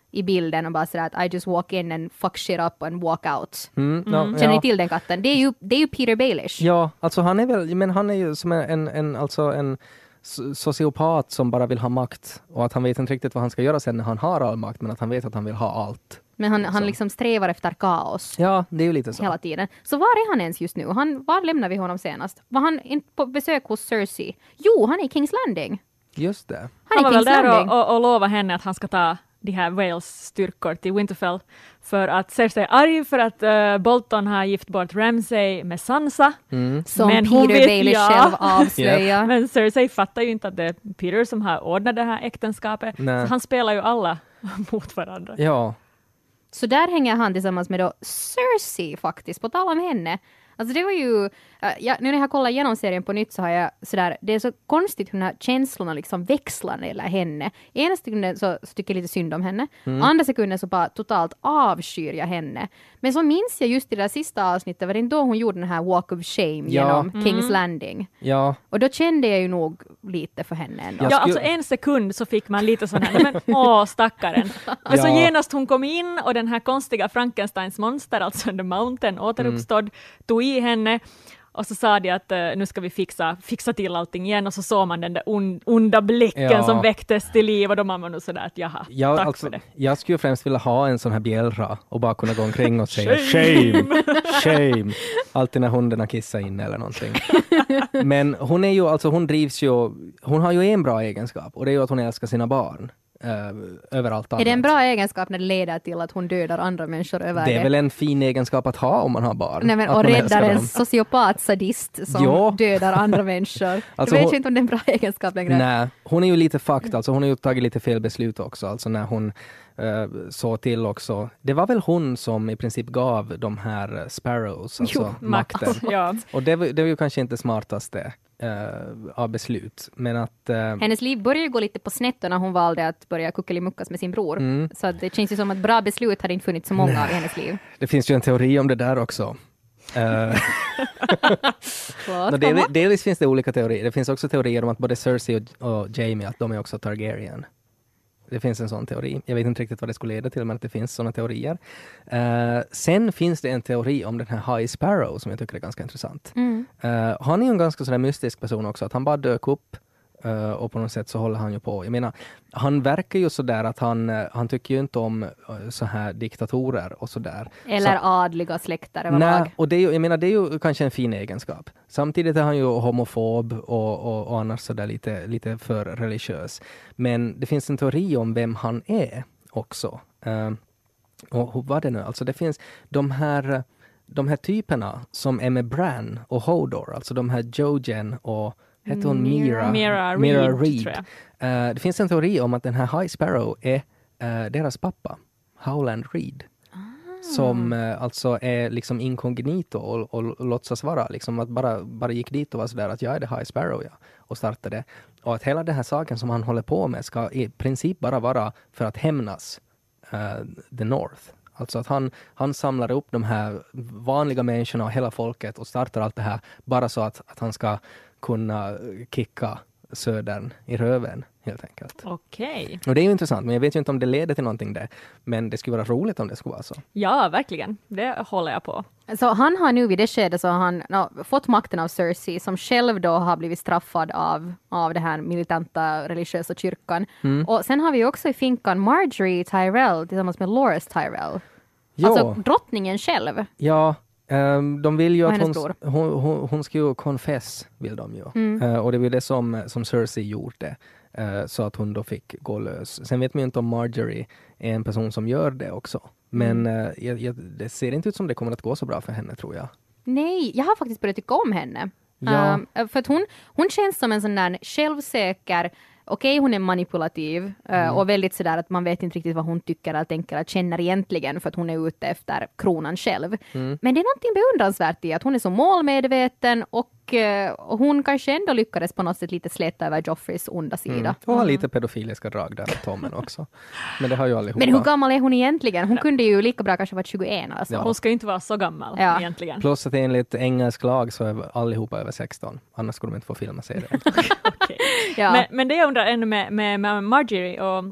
i bilden och bara sådär att I just walk in and fuck shit up and walk out. Mm, no, Känner ni ja. till den katten? Det är ju, det är ju Peter Baelish. Ja, alltså han är väl, men han är ju som en, en, alltså en so- sociopat som bara vill ha makt och att han vet inte riktigt vad han ska göra sen när han har all makt, men att han vet att han vill ha allt. Men han, han Så. liksom strävar efter kaos. Ja, det är ju lite så. Hela tiden. Så var är han ens just nu? Han, var lämnar vi honom senast? Var han in på besök hos Cersei? Jo, han är i King's Landing. Just det. Han, Han var är i väl King's där Landing. och, och, och lova henne att han ska ta de här Wales styrkor till Winterfell för att Cersei är arg för att uh, Bolton har gift bort Ramsay med Sansa. Mm. Som men hon Peter vet Baelish jag. själv avslöjar. Men Cersei fattar ju inte att det är Peter som har ordnat det här äktenskapet. Nej. Så han spelar ju alla mot varandra. Ja. Så där hänger han tillsammans med då Cersei faktiskt, på tal om henne. Alltså det var ju, uh, ja, nu när jag har kollat igenom serien på nytt så har jag sådär, det är så konstigt hur de här känslorna liksom växlar när det gäller henne. Ena sekunden så, så tycker jag lite synd om henne, Mm. andra sekunden så bara totalt avskyr jag henne. Men så minns jag just i det där sista avsnittet, var det inte då hon gjorde den här walk of shame Ja. genom King's Landing? Ja. Och då kände jag ju nog lite för henne ändå. Jag Ja, skulle- alltså en sekund så fick man lite sån här, men åh stackaren. Men så Ja. genast hon kom in och den här konstiga Frankensteins monster, alltså The Mountain, återuppstådd, tog i henne och så sa de att uh, nu ska vi fixa, fixa till allting igen och så såg man den där on, onda blicken Ja. som väcktes till liv och då var man nog sådär att jaha, Jag, tack alltså, för det. jag skulle främst vilja ha en sån här bjällra och bara kunna gå omkring och säga shame, shame, alltid när hundarna kissar in eller någonting. Men hon är ju, alltså hon drivs ju, hon har ju en bra egenskap och det är ju att hon älskar sina barn eh, över allt annat. Är det en bra egenskap när det leder till att hon dödar andra människor över Det är väl en fin egenskap att ha om man har barn. Nej, men, att och man räddar älskar en dem. sociopat-sadist som Ja. dödar andra människor. Alltså jag vet hon- ju inte om det är en bra egenskap längre. Nej, hon är ju lite fucked, alltså hon har ju tagit lite fel beslut också, alltså när hon uh, såg till också. Det var väl hon som i princip gav de här Sparrows, alltså Jo, makten. Makt. Ja. Och det var, det var ju kanske inte smartaste uh, av beslut, men att... Uh, Hennes liv började ju gå lite på snett när hon valde att börja kuckelimuckas med sin bror. Mm. Så att det känns ju som att bra beslut hade inte funnits så många av i hennes liv. det finns ju en teori om det där också. Uh, Förlåt, no, del, komma. delvis finns det olika teorier. Det finns också teorier om att både Cersei och, och Jaime, att de är också Targaryen. Det finns en sån teori. Jag vet inte riktigt vad det skulle leda till, men att det finns såna teorier. Uh, sen finns det en teori om den här High Sparrow som jag tycker är ganska intressant. Mm. Uh, han är ju en ganska sådär mystisk person också, att han bara dök upp uh, och på något sätt så håller han ju på. Jag menar, han verkar ju sådär att han, uh, han tycker ju inte om uh, så här diktatorer och sådär. Eller Så- adliga släkter överlag. Nej, och det är ju, jag menar, det är ju kanske en fin egenskap. Samtidigt är han ju homofob och, och, och annars sådär lite, lite för religiös. Men det finns en teori om vem han är också. Uh, och hur var det nu? Alltså det finns de här, de här typerna som är med Bran och Hodor, alltså de här Jojen och heter hon Mira? Mira Reed, Mira tror Reed. jag. Uh, det finns en teori om att den här High Sparrow är uh, deras pappa, Howland Reed. Som eh, alltså är liksom inkognito och, och, och låtsas vara liksom att bara, bara gick dit och var sådär att jag är det High Sparrow, ja, och startade. Och att hela den här saken som han håller på med ska i princip bara vara för att hämnas uh, the North. Alltså att han, han samlar upp de här vanliga människorna och hela folket och startar allt det här bara så att, att han ska kunna kicka södern i röven helt enkelt. Okej. Och det är ju intressant, men jag vet ju inte om det leder till någonting där. Men det skulle vara roligt om det skulle vara så. Ja, verkligen. Det håller jag på. Så han har nu vid det skedet så har han no, fått makten av Cersei som själv då har blivit straffad av, av det här militanta religiösa kyrkan. Mm. Och sen har vi också i finkan Marjorie Tyrell tillsammans med Loras Tyrell. Ja. Alltså drottningen själv. Ja, um, de vill ju Och att hon, hennes bror. hon, hon, hon ska ju confess, vill de ju. Mm. Uh, och det var ju det som, som Cersei gjorde. Uh, så att hon då fick gå lös. Sen vet man ju inte om Marjorie är en person som gör det också. Men Mm. uh, jag, jag, det ser inte ut som det kommer att gå så bra för henne, tror jag. Nej, jag har faktiskt börjat tycka om henne. Ja. Um, för att hon, hon känns som en sån där självsäker, okej hon är manipulativ uh, Mm. och väldigt sådär att man vet inte riktigt vad hon tycker eller tänker eller känner egentligen för att hon är ute efter kronan själv. Mm. Men det är någonting beundransvärt i att hon är så målmedveten och, uh, och hon kanske ändå lyckades på något sätt lite släta över Joffreys onda sida. Mm. Och har lite pedofiliska drag där med Tommen också. Men det har ju allihopa. Men hur gammal är hon egentligen? Hon kunde ju lika bra kanske vara tjugoett alltså. Ja. Hon ska ju inte vara så gammal Ja. egentligen. Plus att enligt engelsk lag så är allihopa över sexton. Annars skulle de inte få filma serien. Okej. Ja. Men, men det jag undrar ännu med, med, med Marjorie och,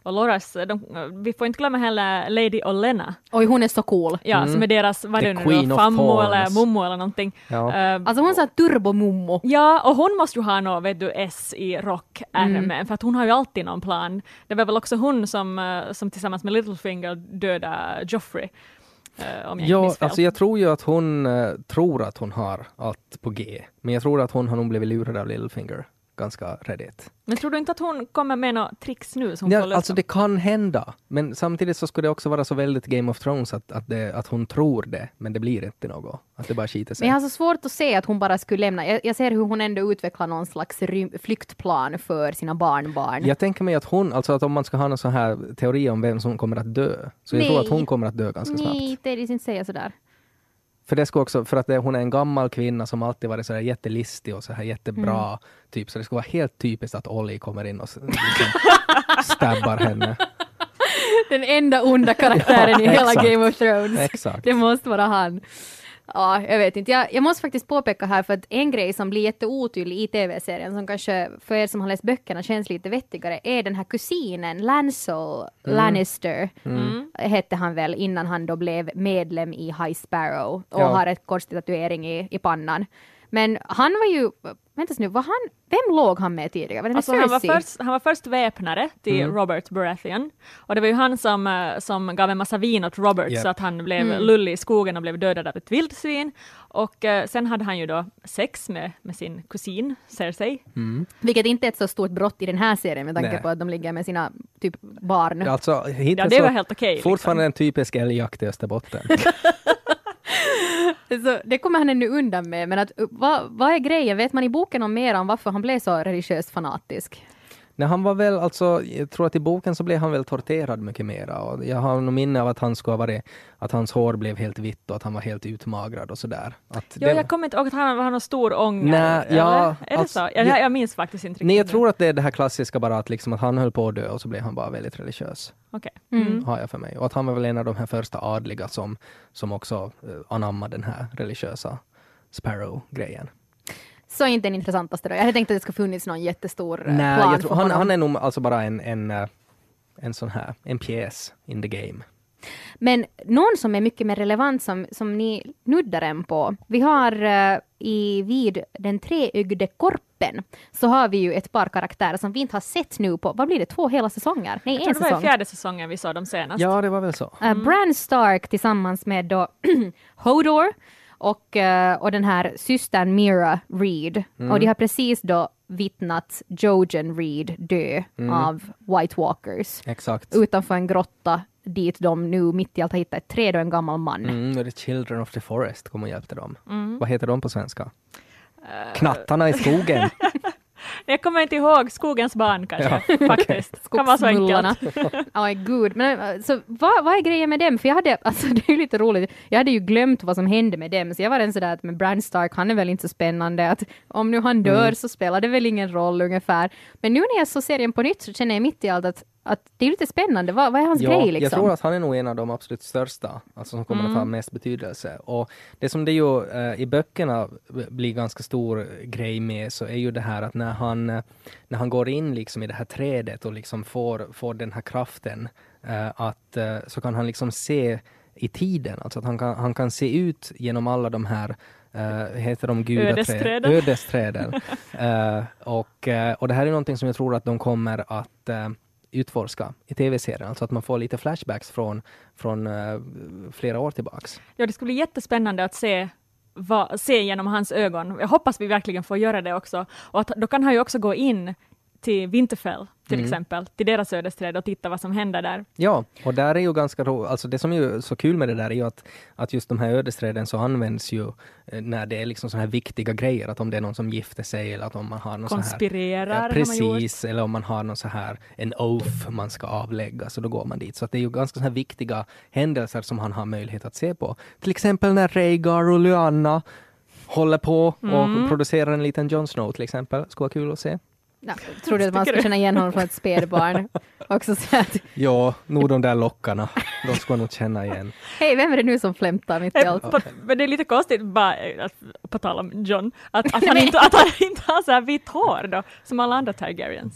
och Loras, de, vi får inte glömma heller Lady Olenna. Oj, hon är så cool. Ja, Mm. som är deras, vad The är det nu Queen då, of fammo Pawns. eller mummo eller någonting. Ja. Uh, Alltså hon sa turbomummo. Ja, och hon måste ju ha något, vet du, S i rockärmen, Mm. för att hon har ju alltid någon plan. Det var väl också hon som, uh, som tillsammans med Littlefinger dödade Joffrey. Uh, om jag inte Ja, minns fel. alltså jag tror ju att hon uh, tror att hon har allt på G. Men jag tror att hon har nog blivit lurad av Littlefinger ganska redigt. Men tror du inte att hon kommer med några tricks nu som får Ja, lösa? alltså det kan hända. Men samtidigt så skulle det också vara så väldigt Game of Thrones att, att, det, att hon tror det, men det blir inte något. Att det bara skiter sig. Men jag har så svårt att se att hon bara skulle lämna. Jag, jag ser hur hon ändå utvecklar någon slags rym- flyktplan för sina barnbarn. Jag tänker mig att hon, alltså att om man ska ha någon sån här teori om vem som kommer att dö, så jag Nej. tror att hon kommer att dö ganska snabbt. Nej, det är inte säga sådär. För det ska också, för att det, hon är en gammal kvinna som alltid varit så här jättelistig och så här jättebra Mm. typ, så det ska vara helt typiskt att Ollie kommer in och s- liksom stabbar henne. Den enda onda karaktären i Ja, hela exakt. Game of Thrones. Exakt. Det måste vara han. Ja, jag vet inte. Jag, jag måste faktiskt påpeka här för att en grej som blir jätteotydlig i tv-serien som kanske för er som har läst böckerna känns lite vettigare är den här kusinen Lancel Lannister Mm. hette han väl innan han då blev medlem i High Sparrow och Ja. har ett kors tatuering i, i pannan. Men han var ju, vänta nu, var han, vem låg han med tidigare? Var det Alltså, med han, var Cersei? först, han var först väpnare till Mm. Robert Baratheon. Och det var ju han som, eh, som gav en massa vin åt Robert Yep. så att han blev Mm. lullig i skogen och blev dödad av ett vildsvin. Och eh, sen hade han ju då sex med, med sin kusin Cersei. Vilket inte är ett så stort brott i den här serien med tanke Nej. på att de ligger med sina typ barn. Alltså, hittills Ja, det var så helt okej. fortfarande liksom. en typisk älgjakt i Österbotten. Så det kommer han ännu undan med, men att, vad, vad är grejen? Vet man i boken om mer om varför han blev så religiöst fanatisk? Nej, han var väl, alltså, jag tror att i boken så blev han väl torterad mycket mera. Och jag har nog minne av att han skulle ha varit, att hans hår blev helt vitt och att han var helt utmagrad och sådär. Att Jo, det- jag kommer inte ihåg att han har någon stor ånger. Nej, eller? ja, är det alltså, så? Jag, jag- jag minns faktiskt inte riktigt. Nej, jag nu. tror att det är det här klassiska bara att, liksom, att han höll på att dö och så blev han bara väldigt religiös. Okej. Mm. Mm. Har jag för mig. Och att han var väl en av de här första adliga som, som också uh, anammade den här religiösa Sparrow-grejen. Så inte den intressantaste då. Jag hade tänkt att det skulle funnits någon jättestor eh, Nej, plan jag tror, för han, honom. han är nog alltså bara en, en, eh, en sån här, en pjäs in the game. Men någon som är mycket mer relevant som, som ni nuddar en på. Vi har eh, i vid den treögde korpen så har vi ju ett par karaktärer som vi inte har sett nu på, vad blir det, två hela säsonger? Nej, Jag en tror det var i säsong. fjärde säsongen vi såg dem senast. Ja, det var väl så. Uh, Bran Stark tillsammans med då Hodor och, eh, och den här systern Mira Reed. Och de har precis då vittnat Jojen Reed dö av White Walkers Exakt. utanför en grotta dit de nu mitt i allt har hittat ett träd och en gammal man. Mm, och The Children of the Forest kom och hjälpte dem. Vad heter de på svenska? Knattarna i skogen. Jag kommer inte ihåg Skogens barn kanske, faktiskt. Kan vara så Skogsmullarna. enkelt. Oj, gud. Men äh, så vad, vad är grejen med dem? För jag hade, alltså det är ju lite roligt, jag hade ju glömt vad som hände med dem, så jag var en sådär att med Bran Stark, han är väl inte så spännande, att om nu han dör så spelar det väl ingen roll ungefär. Men nu när jag såg serien på nytt så känner jag mitt i allt att, att det är lite spännande. Vad, vad är hans Ja, grej liksom? jag tror att han är nog en av de absolut största, alltså som kommer att ha mest betydelse. Och det som det ju eh, i böckerna blir ganska stor grej med, så är ju det här att när han, eh, när han går in liksom i det här trädet och liksom får, får den här kraften, eh, att eh, så kan han liksom se i tiden, alltså att han kan, han kan se ut genom alla de här Uh, heter de gudaträd? Ödesträden. Ödesträden. uh, och, uh, och det här är någonting som jag tror att de kommer att uh, utforska i tv-serien. Alltså att man får lite flashbacks från, från uh, flera år tillbaks. Ja, det skulle bli jättespännande att se, vad, se genom hans ögon. Jag hoppas vi verkligen får göra det också. Och att, då kan han ju också gå in till Winterfell till Mm. exempel, till deras ödesträd och titta vad som händer där. Ja, och där är ju ganska ro- alltså det som är ju så kul med det där är ju att, att just de här ödesträden så används ju eh, när det är liksom så här viktiga grejer, att om det är någon som gifter sig eller att om man har någon så här Konspirerar ja, har man gjort. precis, eller om man har någon så här en oath man ska avlägga, så då går man dit. Så att det är ju ganska så här viktiga händelser som han har möjlighet att se på. Till exempel när Rhaegar och Lyanna håller på och Mm. producerar en liten Jon Snow till exempel. Skulle vara kul att se. Ja, tror du att man ska känna igen honom från ett spädbarn? Också säga att, Ja, nog de där lockarna. De ska nog känna igen. hej, vem är det nu som flämtar mitt i Eh, allt? på, men det är lite konstigt, bara, eh, att, på tal om John, att, att, han, inte, att han inte har så här vitt hår då, som alla andra Targaryens.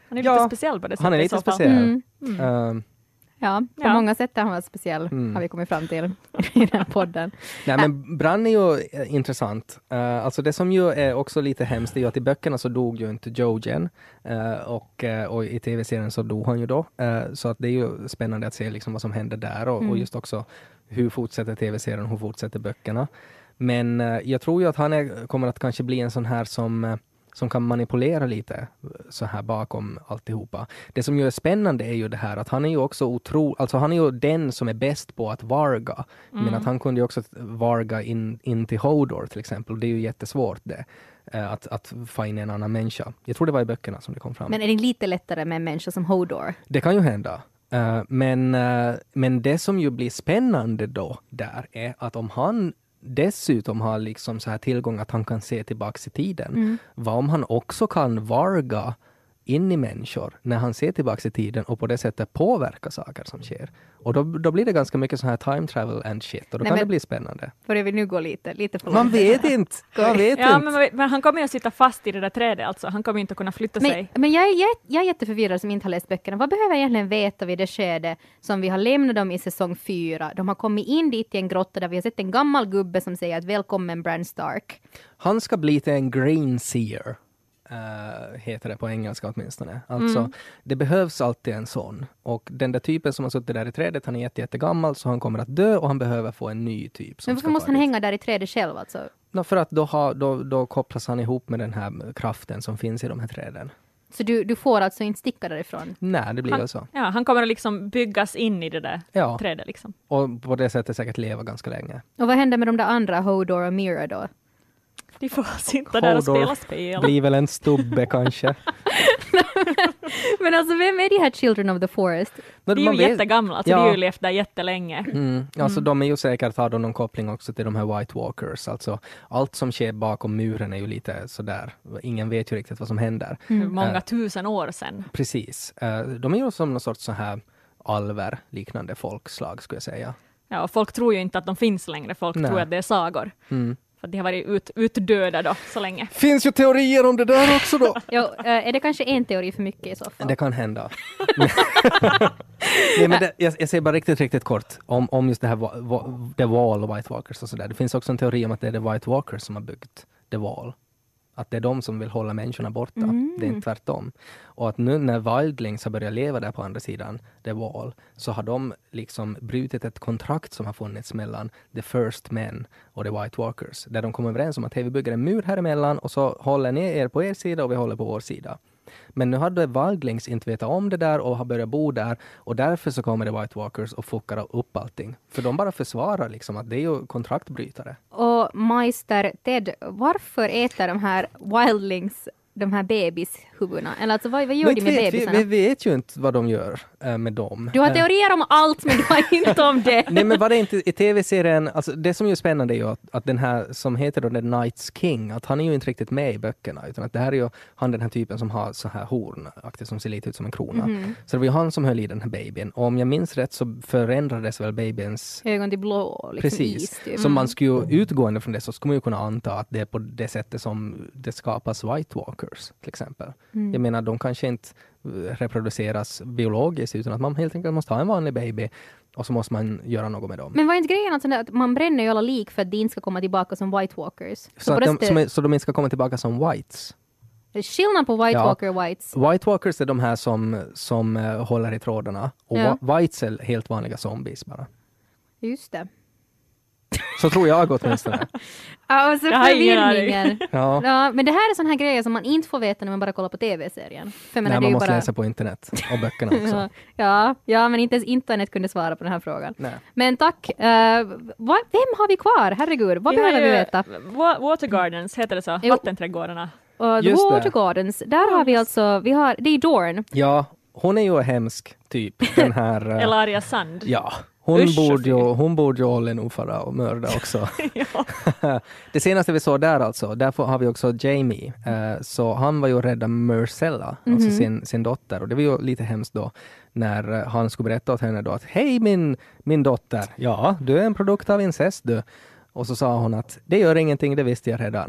Han är Ja, lite speciell på det sättet. Han är i lite så fall. speciell. Mm. Ehm, Ja, på Ja. många sätt har han varit speciell, Mm. har vi kommit fram till i den här podden. Nej, men Bran är ju eh, intressant. Uh, alltså det som ju är också lite hemskt är ju att i böckerna så dog ju inte Jojen uh, och, uh, och i tv-serien så dog han ju då. Uh, så att det är ju spännande att se liksom vad som händer där och, Mm. och just också hur fortsätter tv-serien och hur fortsätter böckerna. Men uh, jag tror ju att han är, kommer att kanske bli en sån här som uh, som kan manipulera lite så här bakom alltihopa. Det som ju är spännande är ju det här att han är ju också otro, alltså han är ju den som är bäst på att varga. Mm. Men att han kunde ju också varga in, in till Hodor till exempel. Det är ju jättesvårt det. eh, Att, att få in en annan människa. Jag tror det var i böckerna som det kom fram. Men är det lite lättare med en människa som Hodor? Det kan ju hända. Eh, men, eh, men det som ju blir spännande då där är att om han dessutom har liksom så här tillgång att han kan se tillbaks i tiden. Mm. Vad om han också kan varga in i människor när han ser tillbaks i tiden och på det sättet påverka saker som sker. Och då, då blir det ganska mycket så här time travel and shit och då Nej, kan men- det bli spännande. Börjar vi nu gå lite, lite för Man långt? vet inte! Man vet Ja, inte! men, men han kommer ju att sitta fast i det där trädet alltså. Han kommer ju inte att kunna flytta Men, sig. men jag, är, jät- jag är jätteförvirrad som inte har läst böckerna. Vad behöver jag egentligen veta vid det skede som vi har lämnat dem i säsong fyra? De har kommit in dit i en grotta där vi har sett en gammal gubbe som säger att välkommen Bran Stark. Han ska bli till en green seer. Uh, heter det på engelska åtminstone. Alltså, Mm. det behövs alltid en sån. Och den där typen som har suttit där i trädet, han är jätte, jättegammal så han kommer att dö och han behöver få en ny typ. Som Men ska varför måste ta han dit. hänga där i trädet själv alltså? No, för att då, ha, då, då kopplas han ihop med den här kraften som finns i de här träden. Så du, du får alltså inte sticka därifrån? Nej, det blir Han- väl så. Ja, han kommer att liksom byggas in i det där Ja, trädet liksom. och på det sättet säkert leva ganska länge. Och vad händer med de där andra, Hodor och Mira då? De får sitta där och Hodor spela spel. blir väl en stubbe kanske. Men alltså vem är de här Children of the Forest? De är Man ju vet- jättegamla, alltså Ja. de har ju levt där jättelänge. Mm. Alltså de är ju säkert, har de någon koppling också till de här White Walkers. Alltså allt som sker bakom muren är ju lite sådär. Ingen vet ju riktigt vad som händer. Många Eh, tusen år sedan. Precis. Eh, de är ju som någon sorts så här alver liknande folkslag skulle jag säga. Ja, och folk tror ju inte att de finns längre. Folk Nej. tror att det är sagor. Mm. För att de har varit ut, utdöda då så länge. Finns ju teorier om det där också då. Jo, eh, är det kanske en teori för mycket i så fall? Det kan hända. Nej, men det, jag, jag säger bara riktigt, riktigt kort om, om just det här va, va, The Wall och White Walkers och sådär. Det finns också en teori om att det är The White Walkers som har byggt The Wall. Att det är de som vill hålla människorna borta. Det är inte tvärtom. Och att nu när Wildlings har börjat leva där på andra sidan The Wall så har de liksom brutit ett kontrakt som har funnits mellan The First Men och The White Walkers. Där de kommer överens om att hey, vi bygger en mur här emellan och så håller ni er på er sida och vi håller på vår sida. Men nu hade Wildlings inte vetat om det där och har börjat bo där och därför så kommer The White Walkers och fuckar upp allting. För de bara försvarar liksom att det är ju kontraktbrytare. Och Meister Ted, varför äter de här wildlings de här bebishuvudena? Eller alltså vad, vad gör Men de med vet, vi, bebisarna? vi vet ju inte vad de gör äh, med dem. Du har Äh, teorier om allt men du har inte om det. Nej, men var det inte i tv-serien, alltså det som är spännande är ju att, att den här som heter då The Night's King, att han är ju inte riktigt med i böckerna, utan att det här är ju han den här typen som har så här horn, aktivt som ser lite ut som en krona. Mhm. Så det var ju han som höll i den här babyn. Och om jag minns rätt så förändrades väl babyns Ögon till blå, liksom precis. is. Typ. Så man skulle ju utgående från det så skulle man ju kunna anta att det är på det sättet som det skapas White Walkers till exempel. Mm. Jag menar, de kanske inte eh, reproduceras biologiskt utan att man helt enkelt måste ha en vanlig baby och så måste man göra något med dem. Men vad är inte grejen alltså, att man bränner ju alla lik för att de inte ska komma tillbaka som White Walkers? Så, så, på att det de, sättet- som är, så de inte ska komma tillbaka som whites. det är skillnad på White Ja. Walker och Whites. White Walkers är de här som, som eh, håller i trådarna och Ja. wa- whites är helt vanliga zombies bara. Just det. Så tror jag åtminstone. Ja, och så Jag har ingen aning. förvirringen. Ja. Ja, men det här är sån här grejer som man inte får veta när man bara kollar på tv-serien. För jag menar, Nej, det är man ju måste bara... läsa på internet och böckerna också. Ja, ja, ja, men inte ens internet kunde svara på den här frågan. Nej. Men tack. Uh, vad, vem har vi kvar? Herregud, vad Vi har behöver vi ju veta? Wa- Water Gardens, heter det så? Jo. Vattenträdgårdarna. Uh, The Just det. Water Gardens, där har vi alltså, vi har, det är Dorn. Ja, hon är ju hemsk typ. Den här... eh, Elaria Sand. Ja, hon Usch, borde, ju, fy. hon borde ju hålla nog fara och mörda också. Ja. Det senaste vi såg där alltså, därför har vi också Jamie. Eh, så han var ju rädda Myrcella, alltså sin, sin dotter. Och det var ju lite hemskt då när eh, han skulle berätta åt henne då att hej min, min dotter, ja du är en produkt av incest du. Och så sa hon att det gör ingenting, det visste jag redan.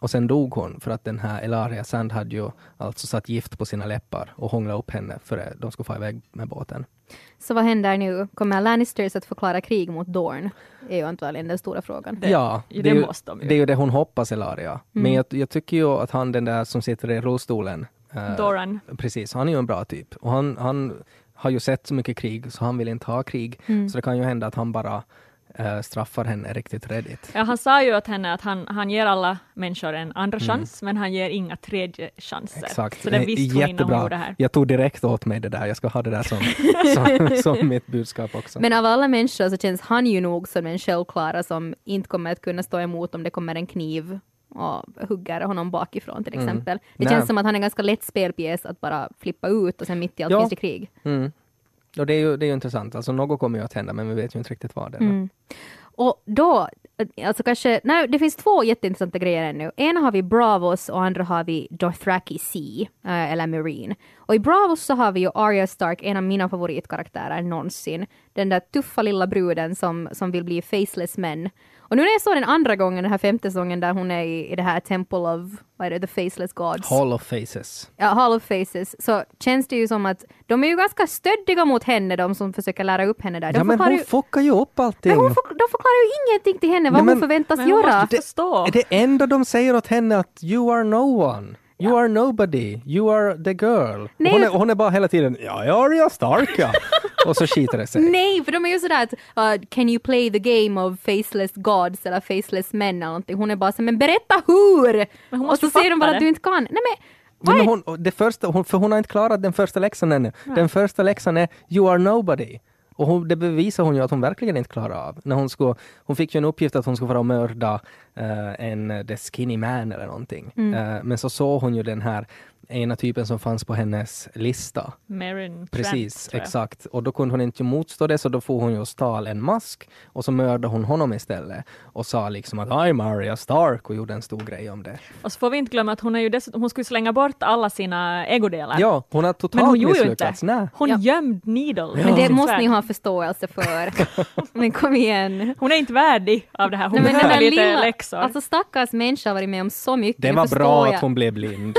Och sen dog hon för att den här Elaria Sand hade ju alltså satt gift på sina läppar och hånglat upp henne för att de skulle få iväg med båten. Så vad händer nu? Kommer Lannisters att förklara krig mot Dorne? Är ju antagligen den stora frågan. Det, ja, det, det är ju, måste de ju. Det är ju det hon hoppas, Elaria. Mm. Men jag, jag tycker ju att han, den där som sitter i rullstolen, eh, Doran. precis, han är ju en bra typ. Och han, han har ju sett så mycket krig så han vill inte ha krig. Mm. Så det kan ju hända att han bara äh, straffar henne riktigt redigt. Ja, han sa ju åt henne att han, han ger alla människor en andra chans, men han ger inga tredje chanser. Exakt. Så det visste hon innan hon gjorde det här. Jag tog direkt åt mig det där. Jag ska ha det där som, som, som mitt budskap också. Men av alla människor så känns han ju nog som en självklara som inte kommer att kunna stå emot om det kommer en kniv och hugger honom bakifrån till exempel. Mm. Det Nej. känns som att han är en ganska lätt spelpjäs att bara flippa ut och sen mitt i allt Ja. finns det krig. Mm. Och det är, ju, det är ju intressant. Alltså något kommer ju att hända men vi vet ju inte riktigt vad det är. Mm. Och då, alltså kanske, nej, det finns två jätteintressanta grejer ännu. Ena har vi Bravos och andra har vi Dothraki Sea, äh, eller Meereen. Och i Bravos så har vi ju Arya Stark, en av mina favoritkaraktärer någonsin. Den där tuffa lilla bruden som, som vill bli faceless men. Och nu när jag såg den andra gången, den här femte säsongen där hon är i, i det här Temple of, vad är det, The Faceless Gods. Hall of Faces. Ja, Hall of Faces. Så känns det ju som att de är ju ganska stöddiga mot henne, de som försöker lära upp henne där. De Ja men hon ju, fuckar ju upp allting. men hon för, de förklarar ju ingenting till henne vad Nej, men- hon förväntas Men hon göra. måste förstå. Det enda de säger åt henne att you are no one. You are nobody. You are the girl. Nej. Hon, är, hon är bara hela tiden, ja, jag är Arya Stark, ja. Och så skiter det sig. Nej, för de är ju sådär att uh, can you play the game of faceless gods eller faceless men eller någonting. Hon är bara så men berätta hur! Men hon Och måste så säger de bara fatta att det. du inte kan. Nej men, vad Nej, är... men hon, det första, hon, för hon har inte klarat den första läxan ännu. Den första läxan är you are nobody. Och hon, det bevisar hon ju att hon verkligen inte klarar av. När hon, skulle, hon fick ju en uppgift att hon skulle vara och mörda uh, en the skinny man eller någonting. Mm. Uh, men så såg hon ju den här ena typen som fanns på hennes lista. Meryn Precis, Trent, tror jag. exakt. Och då kunde hon inte motstå det så då får hon ju och stal en mask och så mördade hon honom istället och sa liksom att I'm Arya Stark och gjorde en stor grej om det. Och så får vi inte glömma att hon, är ju dessutom, hon skulle slänga bort alla sina ägodelar. Ja, hon har totalt men hon gjorde ju inte. misslyckats. Nej. Hon Ja. gömde Needle. Men det Sitt måste svärd. ni ha förståelse för. Men kom igen. Hon är inte värdig av det här. Hon Nej, men den behöver där lite lilla, läxor. alltså stackars människa har varit med om så mycket. Det Nu var förstår bra jag. att hon blev blind.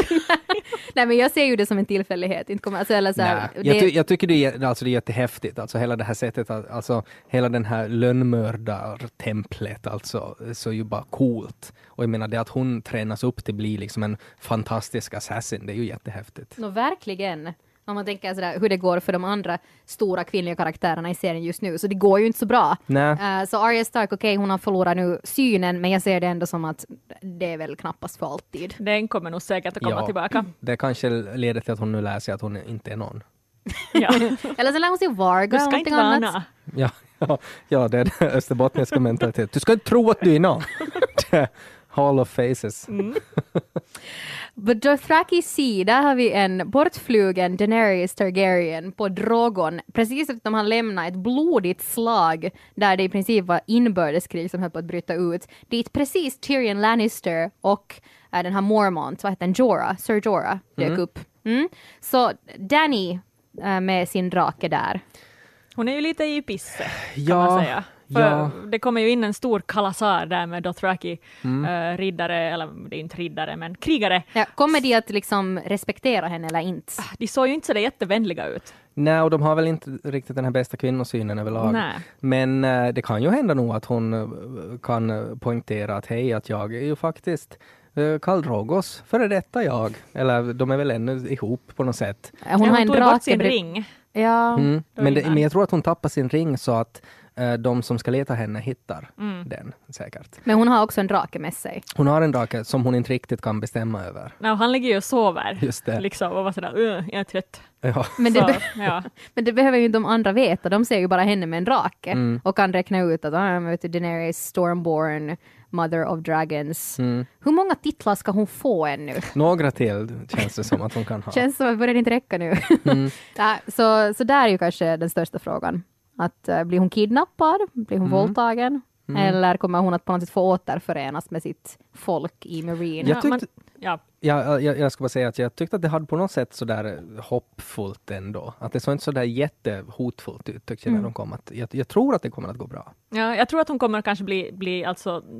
Nej men jag ser ju det som en tillfällighet. Inte kommer, alltså, eller så här, Nej. det, Jag, ty- jag tycker det är, alltså det är jättehäftigt. Alltså hela det här sättet, att, alltså hela den här lönnmördartemplet, alltså så är ju bara coolt. Och jag menar det att hon tränas upp till att bli liksom en fantastisk assassin, det är ju jättehäftigt. no, verkligen. Om man tänker sådär, hur det går för de andra stora kvinnliga karaktärerna i serien just nu. Så det går ju inte så bra. Nej. Uh, så Arya Stark, okej, okay, hon har förlorat nu synen, men jag ser det ändå som att det är väl knappast för alltid. Den kommer nog säkert att komma Ja. tillbaka. Det kanske leder till att hon nu lär sig att hon inte är någon. Ja. Eller så lär hon sig Varga Du eller ska någonting inte vara annat. Anna. Ja, ja, ja, det är den österbottniska mentaliteten. Du ska inte tro att du är någon. Hall of Faces. Mm. But Dothraki Sea, där har vi en bortflugen Daenerys Targaryen på Drogon. Precis efter att de har lämnat ett blodigt slag där det i princip var inbördeskrig som höll på att bryta ut. Dit precis Tyrion Lannister och äh, den här Mormont, vad heter den, Jorah, Sir Jorah, dök Mm. upp. Mm. Så Dany äh, med sin drake där. Hon är ju lite i pisse, kan Ja, man säga. För ja. det kommer ju in en stor kalasar där med Dothraki, Mm. eh, riddare, eller det är inte riddare, men krigare. Ja, kommer de att liksom respektera henne eller inte? De såg ju inte så där jättevänliga ut. Nej, och de har väl inte riktigt den här bästa kvinnosynen överlag. Nej. Men eh, det kan ju hända nog att hon eh, kan eh, poängtera att hej, att jag är ju faktiskt eh, Khal Drogos före detta jag. Eller de är väl ännu ihop på något sätt. Hon Ja, har en tog ju bort sin drake. ring. Ja. Mm. då Men, det, innan. men jag tror att hon tappar sin ring så att eh, de som ska leta henne hittar Mm. den säkert. Men hon har också en drake med sig. Hon har en drake som hon inte riktigt kan bestämma över. Nej, han ligger ju och sover. Just det. Liksom, och var sådär, "Ugh, jag är trött. Ja. Men det, Så, be- ja. men det behöver ju inte de andra veta. De ser ju bara henne med en drake Mm. och kan räkna ut att ah, vet du, Daenerys Stormborn, Mother of Dragons. Mm. Hur många titlar ska hon få ännu? Några till känns det som att hon kan ha. Känns som att det börjar inte räcka nu. Mm. Ja, så, så där är ju kanske den största frågan. Att uh, blir hon kidnappad? Blir hon Mm. våldtagen? Mm. Eller kommer hon att på något sätt få återförenas med sitt folk i Meereen? Jag Ja, tyckte- man, ja. Ja, jag, jag ska bara säga att jag tyckte att det hade på något sätt sådär hoppfullt ändå. Att det såg inte sådär jättehotfullt ut tyckte jag när Mm. de kom. Att jag, jag tror att det kommer att gå bra. Ja, jag tror att hon kommer kanske bli, bli alltså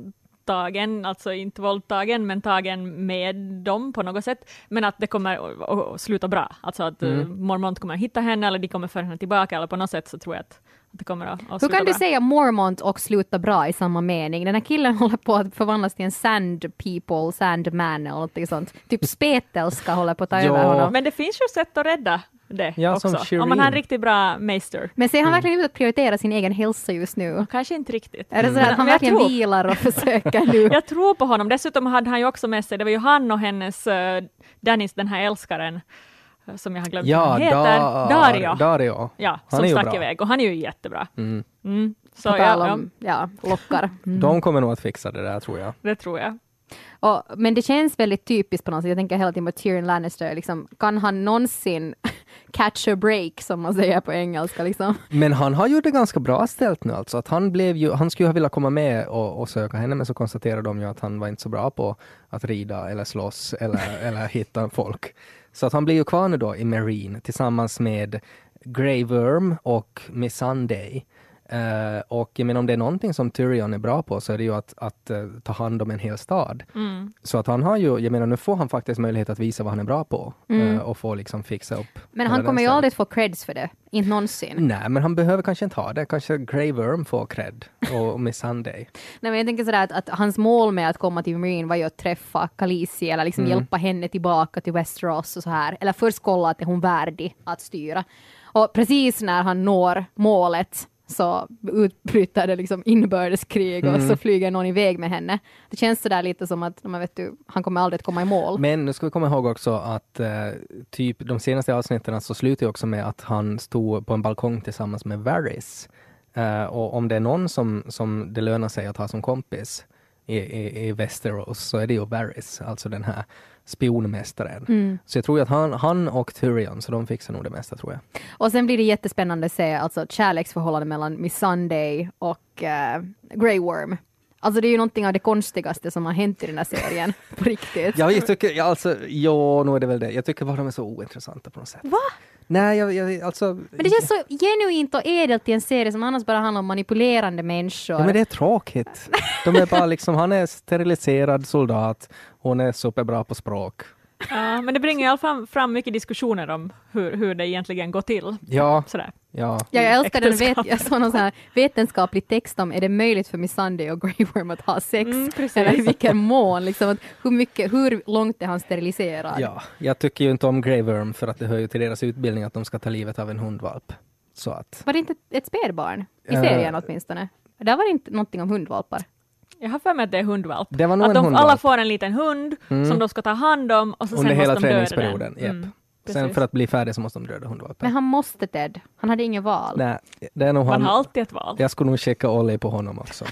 våldtagen, alltså inte våldtagen, men tagen med dem på något sätt, men att det kommer att, att sluta bra. Alltså att mm. Mormont kommer att hitta henne, eller de kommer föra henne tillbaka, eller på något sätt så tror jag att det kommer att, att Hur kan bra. du säga Mormont och sluta bra i samma mening? Den här killen håller på att förvandlas till en sand people, sandman eller något sånt. Typ spetälska håller på att ta över honom. Men det finns ju sätt att rädda det ja, också. Som om man har en riktigt bra meister. Men ser han mm. verkligen ut att prioritera sin egen hälsa just nu? Kanske inte riktigt. Är det så att han verkligen tror... vilar och försöker nu? Jag tror på honom. Dessutom hade han ju också med sig, det var ju han och hennes uh, Dennis, den här älskaren, som jag har glömt ja, vad han heter. Dar- Dario. Dario. Ja, han som stack iväg. Och han är ju jättebra. Mm. Mm. Så på ja, tal om, ja, lockar. Mm. De kommer nog att fixa det där, tror jag. Det tror jag. Och, men det känns väldigt typiskt på något sätt. Jag tänker hela tiden på Tyrion Lannister. Liksom, kan han någonsin catch a break, som man säger på engelska? Liksom? Men han har ju det ganska bra ställt nu. Alltså. Att han, blev ju, han skulle ha velat komma med och, och söka henne, men så konstaterade de ju att han var inte så bra på att rida eller slåss eller, eller hitta folk. Så att han blir ju kvar nu då i Meereen tillsammans med Grey Worm och Missandei. Uh, och jag menar, om det är någonting som Tyrion är bra på så är det ju att, att uh, ta hand om en hel stad. Mm. Så att han har ju, jag menar, nu får han faktiskt möjlighet att visa vad han är bra på mm. uh, och få liksom fixa upp. Men han kommer ju aldrig få creds för det, inte någonsin. Nej, men han behöver kanske inte ha det. Kanske Grey Worm får cred och Missandei. Nej, men jag tänker sådär att, att hans mål med att komma till Meereen var ju att träffa Khaleesi eller liksom mm. hjälpa henne tillbaka till Westeros och så här. Eller först kolla att är hon värdig att styra. Och precis när han når målet så utbryter det liksom inbördeskrig och mm. så flyger någon iväg med henne. Det känns så där lite som att man vet du, han kommer aldrig att komma i mål. Men nu ska vi komma ihåg också att eh, typ de senaste avsnitten så slutar ju också med att han stod på en balkong tillsammans med Varys. Eh, och om det är någon som, som det lönar sig att ha som kompis i, i, i Westeros så är det ju Varys, alltså den här spionmästaren. Mm. Så jag tror att han, han och Tyrion, så de fixar nog det mesta, tror jag. Och sen blir det jättespännande att se alltså kärleksförhållande mellan Missandei och uh, Grey Worm. Alltså det är ju någonting av det konstigaste som har hänt i den här serien, på riktigt. Ja, jag tycker, alltså, ja, nu är det väl det. Jag tycker bara de är så ointressanta på något sätt. Va? Nej, jag, jag, alltså... Men det känns så genuint och edelt i en serie som annars bara handlar om manipulerande människor. Ja, men det är tråkigt. De är bara liksom, han är steriliserad soldat, hon är superbra på språk. Ja, men det bringar i alla fall fram mycket diskussioner om hur, hur det egentligen går till. Ja. Sådär. Ja. Ja, jag älskar den vet, jag såg någon sån här vetenskaplig text om är det möjligt för Missandei och Grey Worm att ha sex mm, eller i vilken mån liksom, att hur, mycket, hur långt är han steriliserad? Ja, jag tycker ju inte om Grey Worm för att det hör ju till deras utbildning att de ska ta livet av en hundvalp. Så att... Var det inte ett spädbarn i serien uh, åtminstone? Där var det inte någonting om hundvalpar. Jag har för mig att det är hundvalp. Det var nog att en de hundvalp. Alla får en liten hund mm. som de ska ta hand om och så under sen hela måste de döda träningsperioden. den. Yep. Mm. Sen för att bli färdig så måste de döda hundvalpen. Men han måste Ted. Han hade ingen val. Nej, det är nog Man han... har alltid ett val. Jag skulle nog checka Olli på honom också.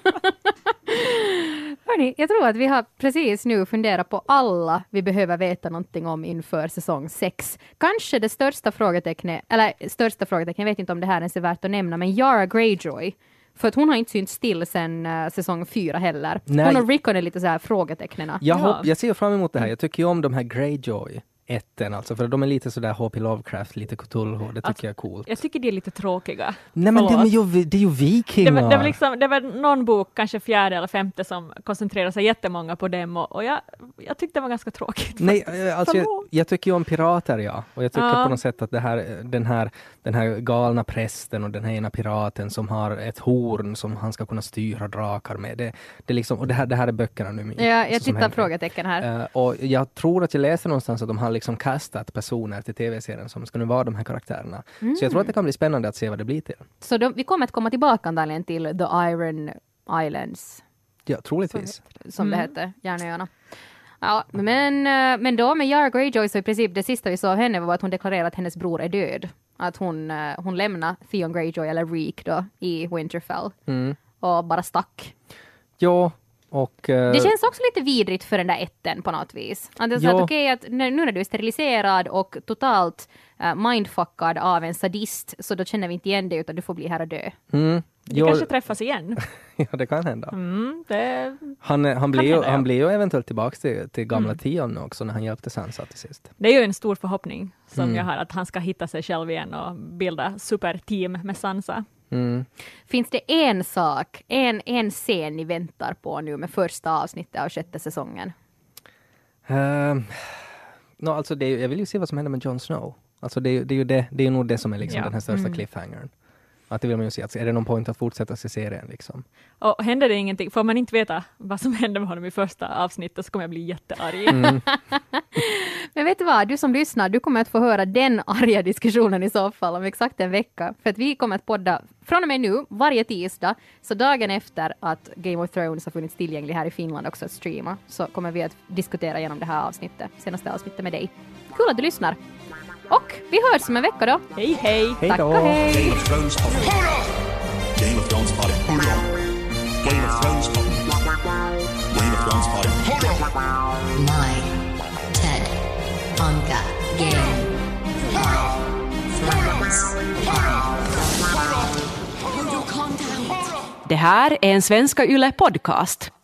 Hörrni, jag tror att vi har precis nu funderat på alla vi behöver veta någonting om inför säsong sex. Kanske det största frågetecknet, eller största frågetecknet, jag vet inte om det här ens är värt att nämna, men Yara Greyjoy. För att hon har inte synts still sedan uh, säsong fyra heller. Nej. Hon och Rickon är lite så här frågetecknena. Jag, ja. hopp, jag ser fram emot det här. Jag tycker ju om de här Greyjoy etten, alltså, för de är lite sådär H P Lovecraft, lite Cthulhu, det tycker alltså, jag är coolt. Jag tycker det är lite tråkiga. Nej, men de är ju, det är ju vikingar. Det var, det, var liksom, det var någon bok, kanske fjärde eller femte, som koncentrerar sig jättemånga på dem och, och jag, jag tyckte det var ganska tråkigt. Nej, alltså jag, jag tycker ju om pirater, ja. Och jag tycker ja. på något sätt att det här, den, här, den här galna prästen och den här ena piraten som har ett horn som han ska kunna styra drakar med. Det, det är liksom, och det här, det här är böckerna nu. Ja, jag tittar frågetecken här. Uh, och jag tror att jag läser någonstans att de har liksom kastat personer till tv-serien som ska nu vara de här karaktärerna. Mm. Så jag tror att det kan bli spännande att se vad det blir till. Så de, vi kommer att komma tillbaka antagligen till The Iron Islands. Ja, troligtvis. Som, som mm. det heter, Järnöarna. Ja, men, men då med Yara Greyjoy så i princip det sista vi såg av henne var att hon deklarerade att hennes bror är död. Att hon, hon lämnade Theon Greyjoy, eller Reek då, i Winterfell. Mm. Och bara stack. Ja. Och, uh, det känns också lite vidrigt för den där ätten på något vis. Att det är så att, okay, att nu när du är steriliserad och totalt uh, mindfuckad av en sadist, så då känner vi inte igen dig utan du får bli här och dö. Mm. Vi jo, kanske träffas igen. Ja, det kan hända. Mm, det han, han, blir ju, hända, ja. han blir ju eventuellt tillbaka till, till gamla mm. Tion också när han hjälpte Sansa till sist. Det är ju en stor förhoppning som mm. jag har, att han ska hitta sig själv igen och bilda superteam med Sansa. Mm. Finns det en sak, en, en scen ni väntar på nu med första avsnittet av sjätte säsongen? Uh, no, alltså det är, jag vill ju se vad som händer med Jon Snow. Alltså det, det är ju det, det är nog det som är liksom Ja. den här största Mm. cliffhangern. Att det vill man ju se. Alltså, är det någon point att fortsätta se serien liksom? Och händer det ingenting, får man inte veta vad som händer med honom i första avsnittet så kommer jag bli jättearg. Mm. Men vet du vad, du som lyssnar, du kommer att få höra den arga diskussionen i så fall om exakt en vecka. För att vi kommer att podda från och med nu, varje tisdag, så dagen efter att Game of Thrones har funnits tillgänglig här i Finland också att streama, så kommer vi att diskutera genom det här avsnittet, senaste avsnittet med dig. Kul att du lyssnar. Och vi hörs om en vecka då. Hej hej! Hej Tack då! och hej! Game of Thrones pop. Game of Thrones pop. Game of Thrones pop. Game of Thrones pop. My Ted Anka Game of Thrones Det här är en Svenska Yle podcast.